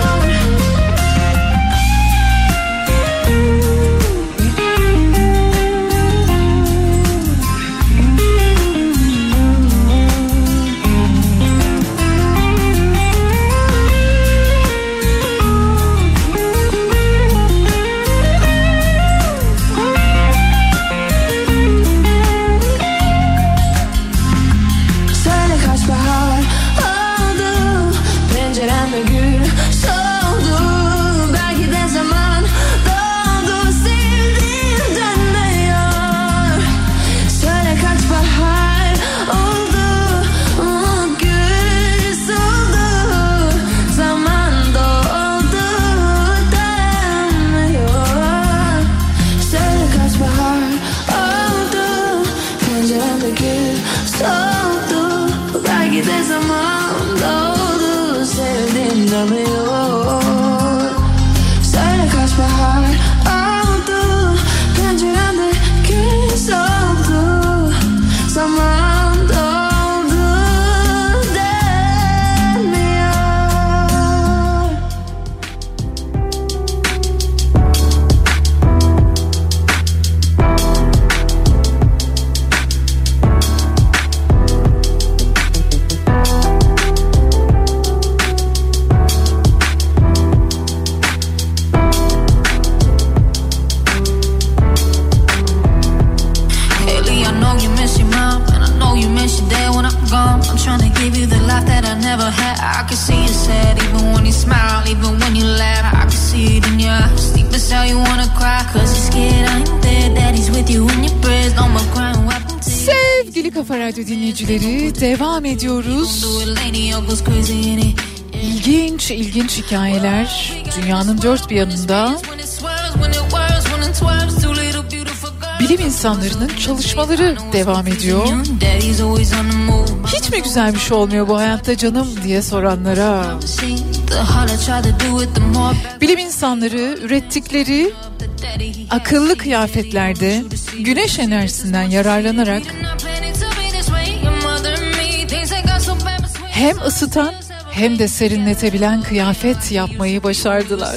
Söyle kaç bahar oldu, penceremde gül soldu. Belki de zaman doğdu sevdim dönmüyor. Söyle kaç bahar oldu, gül soldu. Zaman doğdu dönmüyor. Söyle kaç bahar oldu, penceremde gül soldu. Belki de zaman doğdu sevdim dönmüyor. Söyle kaç bahar oldu, penceremde gül soldu. Zaman doğdu dönmüyor. Lately I know you miss your mom, and I know you miss your dad when I'm gone. I'm trying to give you the life that I never had. I can see you sad even when you smile, even when you laugh. I can see it in your eyes, deep inside you wanna cry. Cause you're scared I ain't there, daddy's with you in your prayers. No more crying, wiping tears. Sevgili Kafa Radyo dinleyicileri, devam ediyoruz. İlginç hikayeler dünyanın dört bir yanında. Bilim insanlarının çalışmaları devam ediyor. Hiç mi güzel bir şey olmuyor bu hayatta canım diye soranlara. Bilim insanları ürettikleri akıllı kıyafetlerde güneş enerjisinden yararlanarak hem ısıtan hem de serinletebilen kıyafet yapmayı başardılar.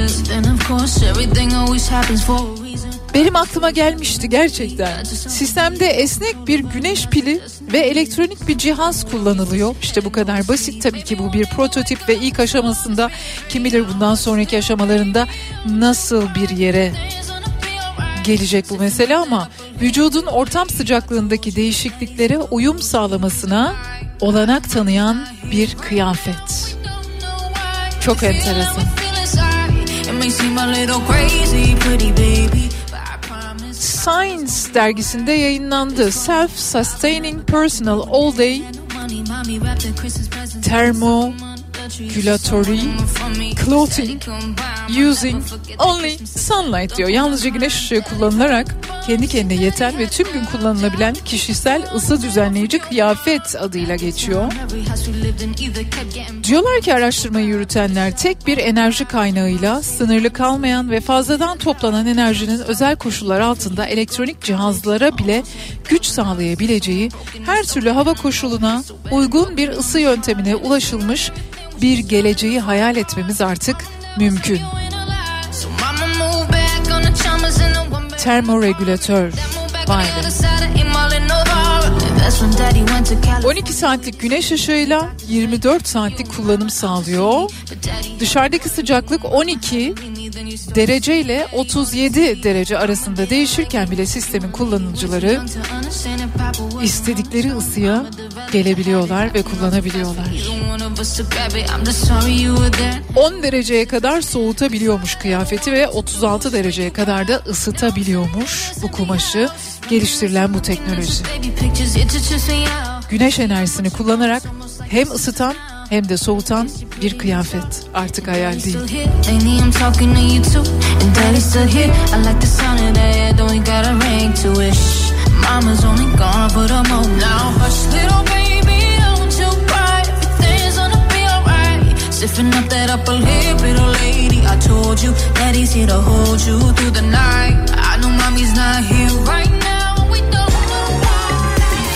Benim aklıma gelmişti gerçekten. Sistemde esnek bir güneş pili ve elektronik bir cihaz kullanılıyor. İşte bu kadar basit, tabii ki bu bir prototip ve ilk aşamasında, kim bilir bundan sonraki aşamalarında nasıl bir yere gelecek bu mesele, ama vücudun ortam sıcaklığındaki değişikliklere uyum sağlamasına olanak tanıyan bir kıyafet. Çok enteresan. Science dergisinde yayınlandı. Self-Sustaining Personal All Day Thermogulatory Clothing Using Only Sunlight diyor. Yalnızca güneş ışığı kullanılarak kendi kendine yeten ve tüm gün kullanılabilen kişisel ısı düzenleyici kıyafet adıyla geçiyor. Diyorlar ki araştırmayı yürütenler, tek bir enerji kaynağıyla sınırlı kalmayan ve fazladan toplanan enerjinin özel koşullar altında elektronik cihazlara bile güç sağlayabileceği, her türlü hava koşuluna uygun bir ısı yöntemine ulaşılmış bir geleceği hayal etmemiz artık mümkün. Termoregülatör. Vay be. 12 saatlik güneş ışığıyla 24 saatlik kullanım sağlıyor. Dışarıdaki sıcaklık 12 derece ile 37 derece arasında değişirken bile sistemin kullanıcıları istedikleri ısıya gelebiliyorlar ve kullanabiliyorlar. 10 dereceye kadar soğutabiliyormuş kıyafeti ve 36 dereceye kadar da ısıtabiliyormuş bu kumaşı. Geliştirilen bu teknoloji. Güneş enerjisini kullanarak hem ısıtan hem de soğutan bir kıyafet. Artık hayal değil. that up a little, little lady. I told you that he's here to hold you through the night. I know mommy's not here right now. We don't know why.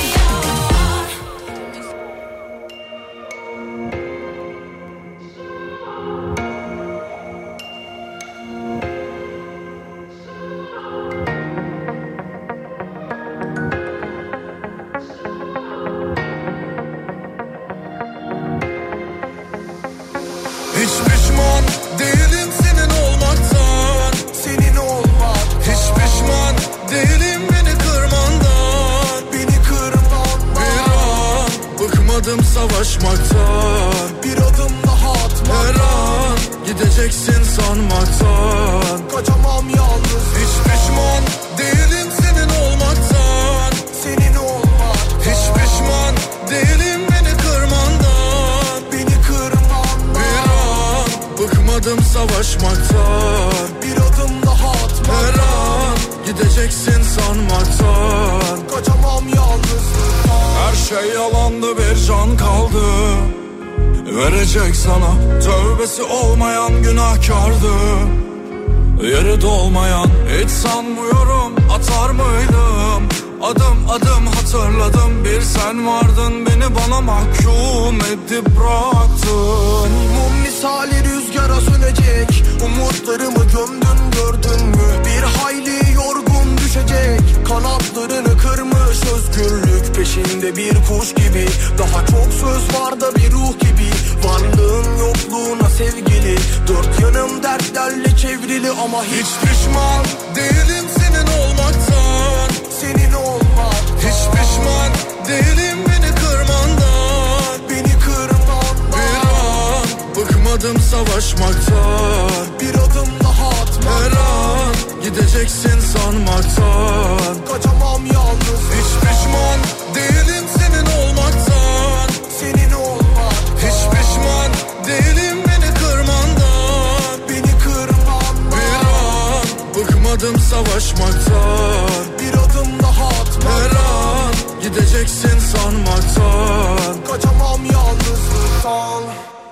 Hiç pişman değilim senin olmaktan, senin olmak. Hiç pişman değilim beni kırmandan, beni kırmandan. Bir an bıkmadım savaşmaktan, bir adım daha atmaktan. Her an gideceksin sanmaktan, kaçamam yalnız. Hiç pişman değilim senin olmaktan, senin olmak. Hiç pişman değilim beni kırmandan, beni kırmandan. Bir an bıkmadım savaşmaktan, bir adım daha atmaktan. Her an gideceksin sanmaktan, kaçamam yalnızlıktan. Her şey yalandı, bir can kaldı verecek sana. Tövbesi olmayan günahkardı, yeri dolmayan. Hiç sanmıyorum atar mıydım, adım adım hatırladım. Bir sen vardın, beni bana mahkum edip bıraktın. Mum misali rüzgara sönecek, umutlarımı gömdün gördün mü? Bir hayli yorgun düşecek, kanatlarını kırmış özgürlük peşinde bir kuş gibi. Daha çok söz var da bir ruh gibi, varlığın yokluğuna sevgili. Dört yanım dertlerle çevrili ama hiç pişman değilim senin olmaktan, senin olmak. Hiç pişman değilim beni kırmandan, beni kırmandan. Bir an bıkmadım savaşmaktan, bir adım daha atmaktan. Her an gideceksin sanmaktan, kaçamam yalnız. Hiç pişman değilim senin olmaktan, senin olmak. Hiç pişman değilim beni kırmandan, beni kırmandan. Bir an bıkmadım savaşmaktan, bir adım daha atmaktan. Her an gideceksin sanmaktan, kaçamam yalnızlıktan.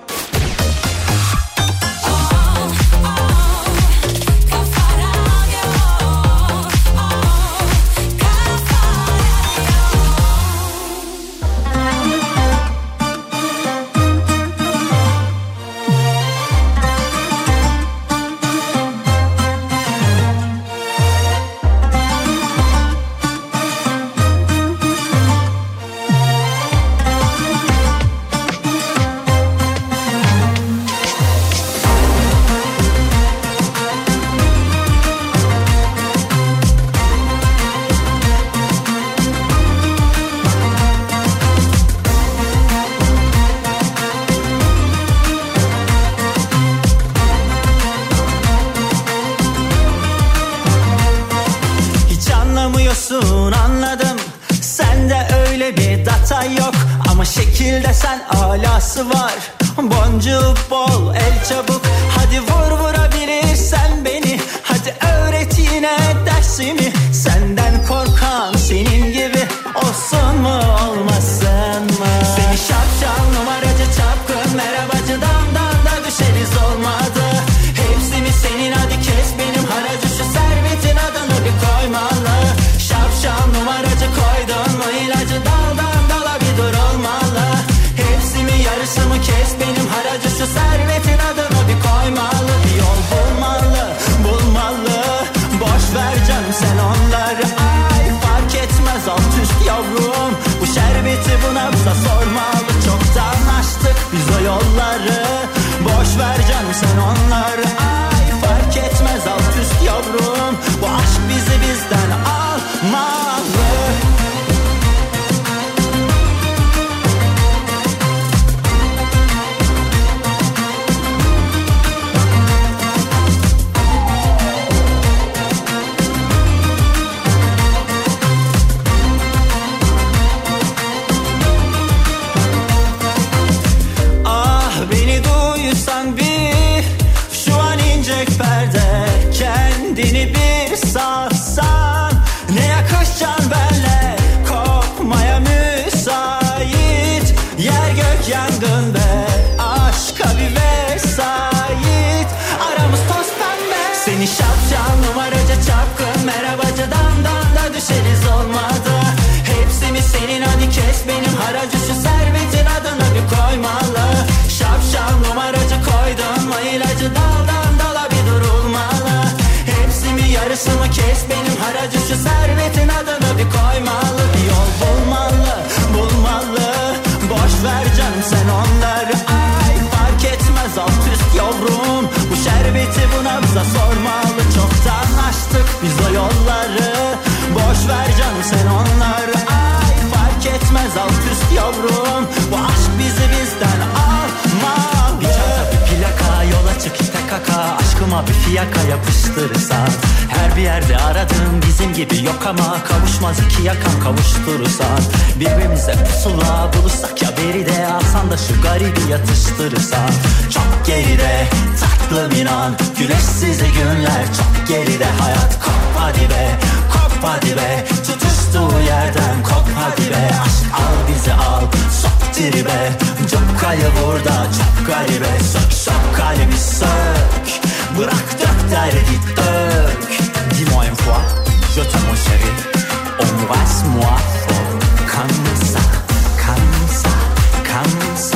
Anladım, sende öyle bir data yok, ama şekilde sen alası var. Boncuğu bol, el çabuk, hadi vur vurabilirsen beni. Hadi öğret yine dersimi, senden korkan senin gibi olsun mu olmasın mı? Seni şapşal numaracı çapkın merhabacıdan da düşeriz olmadı. Hepsi mi senin, hadi kes benim haracı, şu servetin adını bir koymalı. Şapşal numaracı koydun mu ilacı, daldan dala bir dur olmalı. Hepsi mi yarısı mı, kes benim haracı, şu servetin adını bir koymalı. Bir yol bulmalı, bulmalı, boş ver canım sen onları. Ay fark etmez alt üst yavrum, bu şerbeti buna bize sormalı. Çoktan açtık biz o yolları, boş ver canım sen onları. Ay fark etmez alt üst yavrum, bu aşk bizi bizden almalı. Ah beni duysan bir, şu an inecek perde, kendini bir salsan, ne yakışacaksın benle, kopmaya müsait, yer gök yangın be, aşka bir ver. vesait. Aramız toz pembe. Seni şapşal numaracı çapkın merhabacı damdan da düşeriz olmadı. Hepsi mi senin hadi kes benim haracı şu servetin adını bir koymalı. Şapşal numaracı koydun mu ilacı daldan dala bir durulmalı. Hepsi mi yarısı mı kes benim haracı şu servetin adını bir koymalı. Bir yol bulmalı bulmalı. Boş ver canım sen onları ay fark etmez alt üst yavrum. Bu şerbeti bu nabza sormalı. Çoktan açtık biz o yolları. Boş ver canım sen onları ay fark etmez alt üst yavrum. Bu aşk bizi bizden almalı. Bir çanta bir plaka yola çık TKK. Aşkıma bir fiyaka yapıştırırsan. Her bir yerde aradığım bizim gibi yok ama kavuşmaz iki yakan kavuşturursan. Birbirimize pusula bulursak ya beride alsan da şu garibi yatıştırırsan. Çok geride tatlım inan güneşsiz günler çok geride hayat kop hadi be kop hadi be tutuştuğu yerden kop hadi be aşk al bizi al sok tribe cokkayı burada çok garibe sök sök kalbi sök bırak dök derdi dök. Dis-moi une fois je t'aime mon chéri embrasse-moi fort comme ça comme ça comme ça.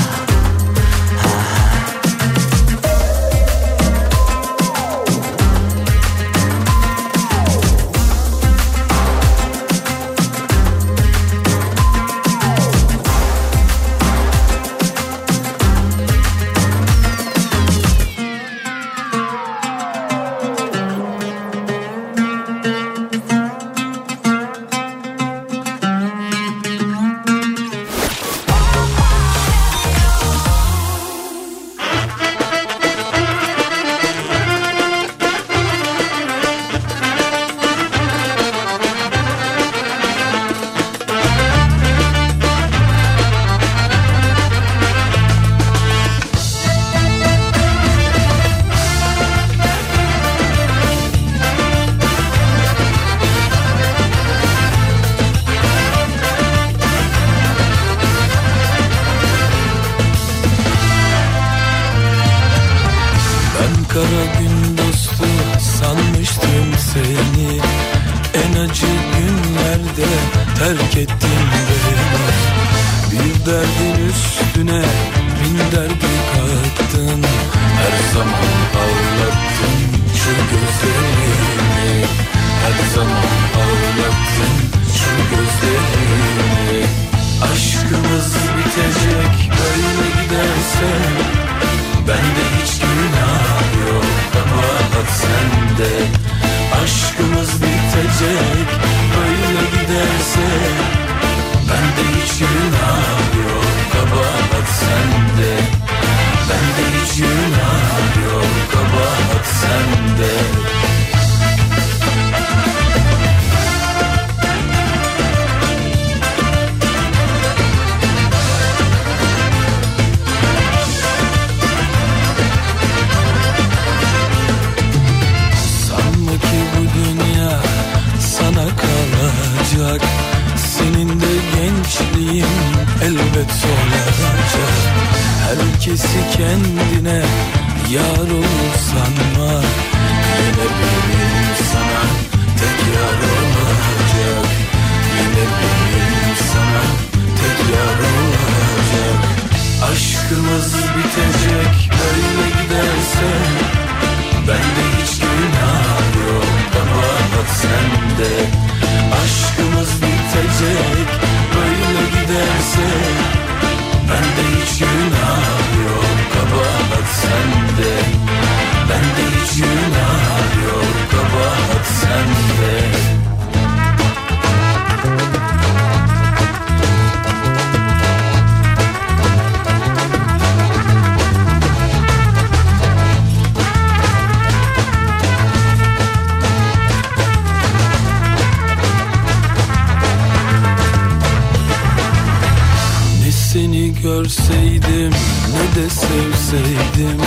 Görseydim ne de sevseydim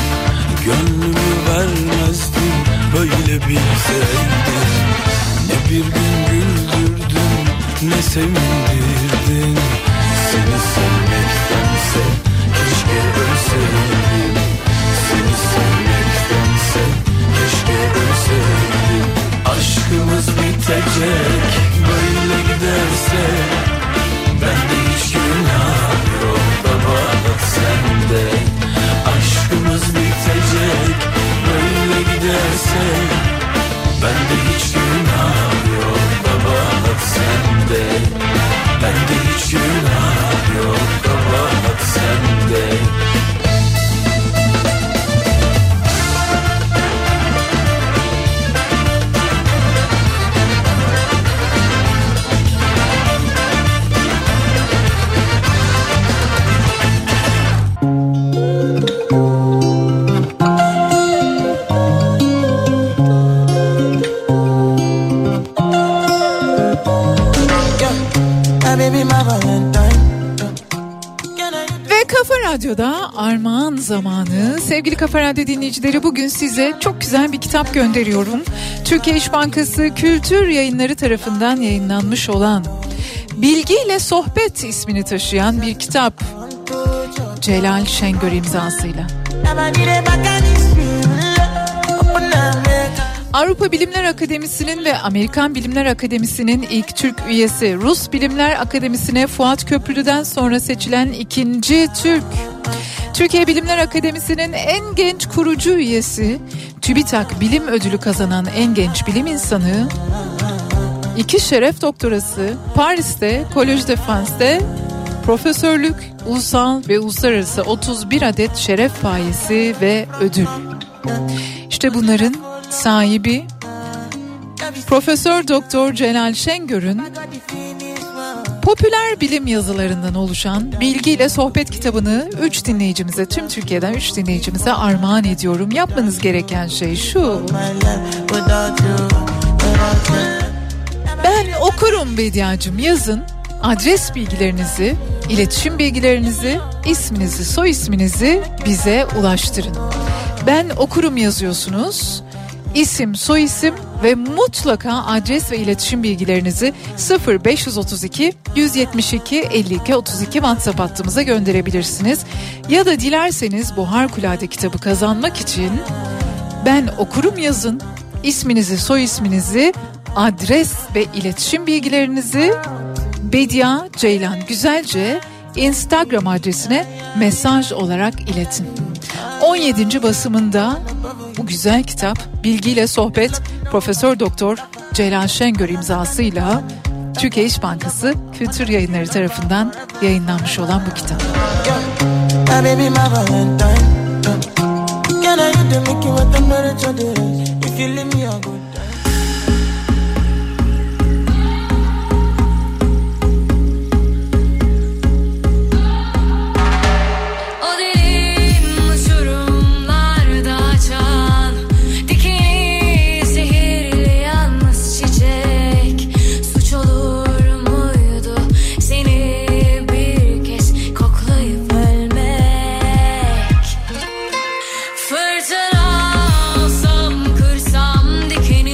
gönlümü vermezdim böyle bilseydim. Ne bir gün güldürdün ne sevindirdin. Seni sevmektense keşke ölseydim. Seni Radyo'da armağan zamanı. Sevgili Kafa Radyo dinleyicileri, bugün size çok güzel bir kitap gönderiyorum. Türkiye İş Bankası Kültür Yayınları tarafından yayınlanmış olan Bilgi ile Sohbet ismini taşıyan bir kitap. Celal Şengör imzasıyla. Avrupa Bilimler Akademisi'nin ve Amerikan Bilimler Akademisi'nin ilk Türk üyesi, Rus Bilimler Akademisi'ne Fuat Köprülü'den sonra seçilen ikinci Türk. Türkiye Bilimler Akademisi'nin en genç kurucu üyesi, TÜBİTAK Bilim Ödülü kazanan en genç bilim insanı, 2 şeref doktorası, Paris'te, Collège de France'de profesörlük, ulusal ve uluslararası 31 adet şeref payesi ve ödül. İşte bunların sahibi Profesör Doktor Celal Şengör'ün popüler bilim yazılarından oluşan Bilgi ile Sohbet kitabını 3 dinleyicimize, tüm Türkiye'den 3 dinleyicimize armağan ediyorum. Yapmanız gereken şey şu: ben okurum Bediacığım yazın, adres bilgilerinizi, iletişim bilgilerinizi, isminizi, soy isminizi bize ulaştırın. Ben okurum yazıyorsunuz. İsim, soyisim ve mutlaka adres ve iletişim bilgilerinizi 0532 172 52 32 WhatsApp hattımıza gönderebilirsiniz. Ya da dilerseniz bu harikulade kitabı kazanmak için ben okurum yazın, isminizi, soy isminizi, adres ve iletişim bilgilerinizi Bedia Ceylan Güzelce Instagram adresine mesaj olarak iletin. 17. basımında bu güzel kitap Bilgi ile Sohbet Profesör Doktor Celal Şengör imzasıyla Türkiye İş Bankası Kültür Yayınları tarafından yayınlanmış olan bu kitap. Fırtına olsam, kırsam dikeni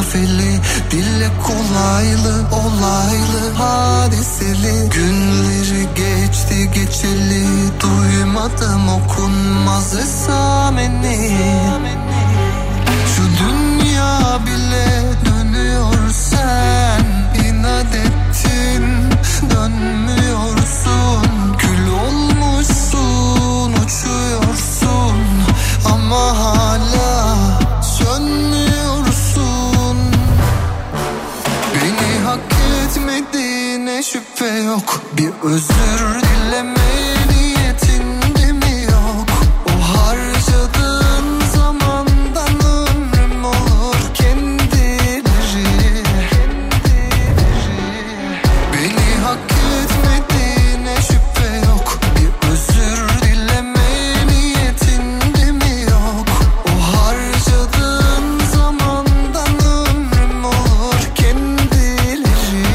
mesafeli, dille kolaylı, olaylı, hadiseli. Günleri geçti geçeli, duymadım okunmaz esameni. Şu dünya bile dönüyor, sen inat ettin, dönmüyorsun. Kül olmuşsun, uçuyorsun ama hala sönmüyorsun. Beni hak etmediğine şüphe yok, bir özür dileme niyetinde mi yok? O harcadığın zamandan ömrüm olur kendileri. Beni hak etmediğine şüphe yok, bir özür dileme niyetinde mi yok? O harcadığın zamandan ömrüm olur kendileri.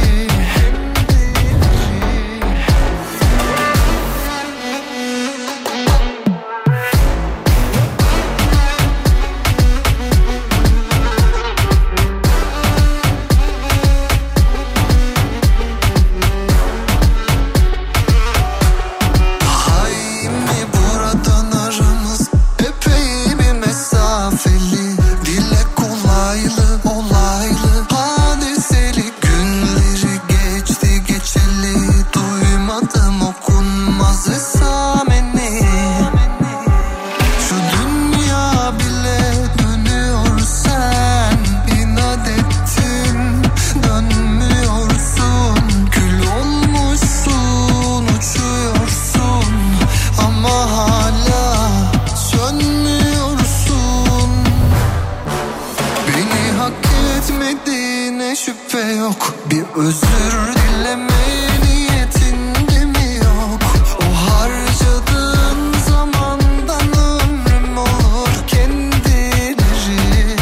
Haymi buradan aramız epey bir mesafeli, dile kolaylı, olaylı, hadiseli. Günleri geçti geçeli, duymadım okunmaz esameni. Şu dünya bile dönüyor, sen inat ettin, dönmüyorsun. Kül olmuşsun, uçuyorsun ama hala sönmüyorsun. Beni hak etmediğine şüphe yok, bir özür dileme niyetinde mi yok? O harcadığın zamandan ömrüm olur kendileri.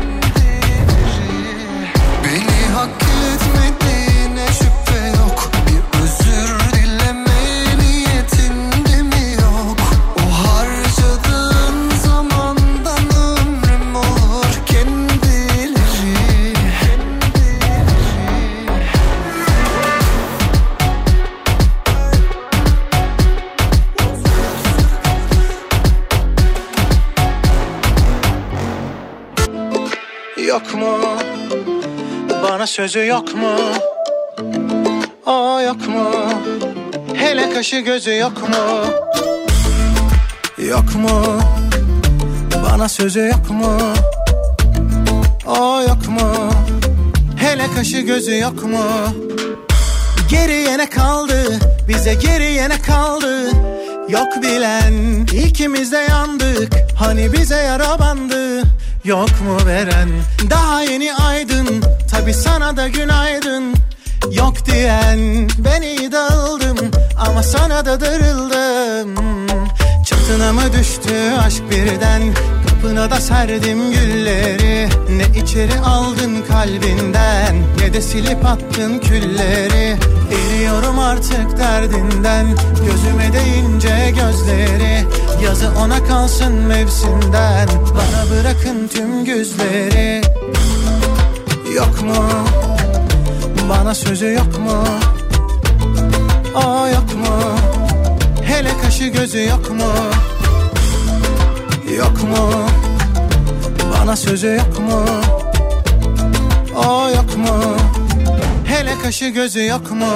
Beni hak etmediğine şüphe yok, bir özür dileme niyetinde mi yok? O harcadığın zamandan ömrüm olur kendileri. Yok mu? Bana sözü yok mu? O yok mu? Hele kaşı gözü yok mu? Yok mu? Bana sözü yok mu? O yok mu? Hele kaşı gözü yok mu? Geriye ne kaldı? Bize geriye ne kaldı? Yok bilen, ikimiz de yandık. Hani bize yara bandı. Yok mu veren, daha yeni aydın. Tabi sana da günaydın. Yok diyen, ben iyi dağıldım ama sana da darıldım. Çatına mı düştü aşk birden, kapına da serdim gülleri. Ne içeri aldın kalbinden, ne de silip attın külleri. Eriyorum artık derdinden, gözüme değince gözleri. Yazı ona kalsın mevsimden, bana bırakın tüm güzleri. Yok mu? Bana sözü yok mu? O yok mu? Hele kaşı gözü yok mu? Yok mu? Bana sözü yok mu? O yok mu? Hele kaşı gözü yok mu?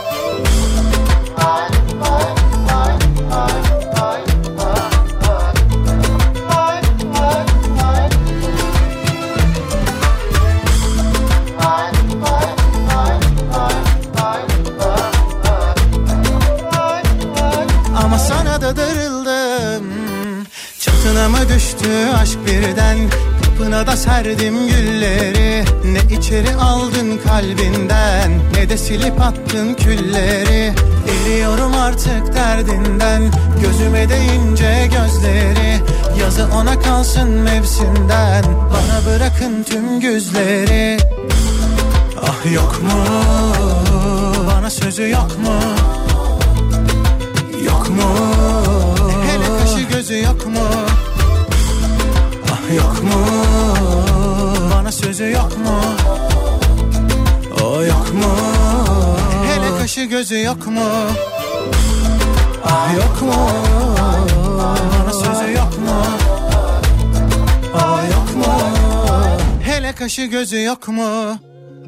Ama sana da darıldım. Çatına mı düştü aşk birden, kapına da serdim gülleri. Ne içeri aldın kalbinden, ne de silip attın külleri. Eriyorum artık derdinden, gözüme değince gözleri. Yazı ona kalsın mevsimden, bana bırakın tüm güzleri. Ah yok mu? Bana sözü yok mu? Yok mu? Hele kaşı gözü yok mu? Ah yok mu? Bana sözü yok mu? kaşı gözü yok mu? Ah yok mu? Bana sözü yok mu? Ah yok mu? Hele kaşı gözü yok mu?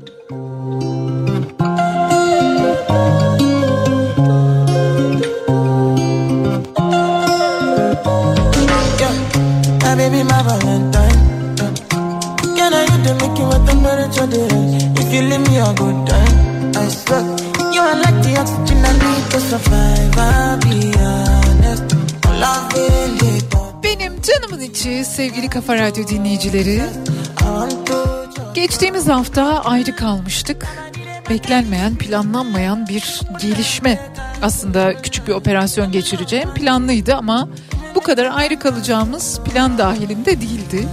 Baby, my Valentine. Can I hit the make you a temperature day? If you leave me a good time, I swear you are like the oxygen I need to survive. I'll be honest, loving it. Benim canımın içi sevgili Kafa Radyo dinleyicileri. Geçtiğimiz hafta ayrı kalmıştık. Beklenmeyen, planlanmayan bir gelişme. Aslında küçük bir operasyon geçireceğim planlıydı ama bu kadar ayrı kalacağımız plan dahilinde değildi.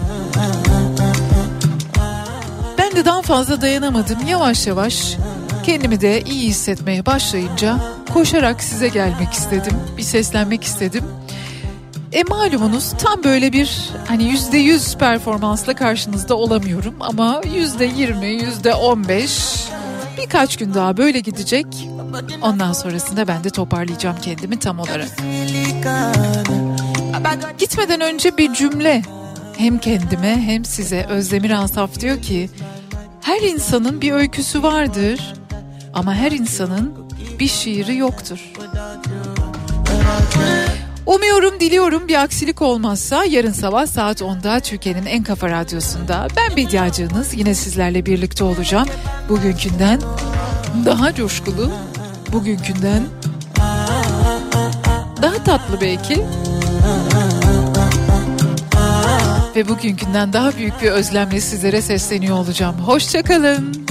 Ben de daha fazla dayanamadım. Yavaş yavaş kendimi de iyi hissetmeye başlayınca koşarak size gelmek istedim. Bir seslenmek istedim. Malumunuz tam böyle bir hani %100 performansla karşınızda olamıyorum ama %20, %15 birkaç gün daha böyle gidecek. Ondan sonrasında ben de toparlayacağım kendimi tam olarak. Gitmeden önce bir cümle hem kendime hem size. Özdemir Asaf diyor ki her insanın bir öyküsü vardır ama her insanın bir şiiri yoktur. Umuyorum, diliyorum bir aksilik olmazsa yarın sabah saat 10'da Türkiye'nin en kafa radyosunda ben Bediacığınız yine sizlerle birlikte olacağım. Bugünkünden daha coşkulu, bugünkünden daha tatlı belki ve bugünkünden daha büyük bir özlemle sizlere sesleniyor olacağım. Hoşça kalın.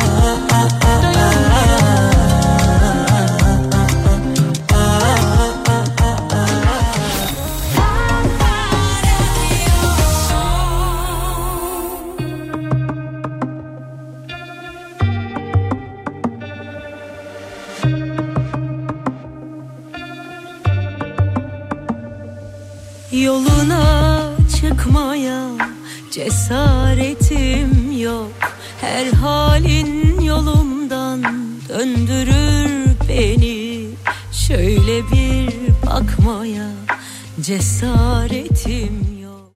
Yoluna çıkmaya cesaretim yok. Her halin yolumdan döndürür beni. Şöyle bir bakmaya cesaretim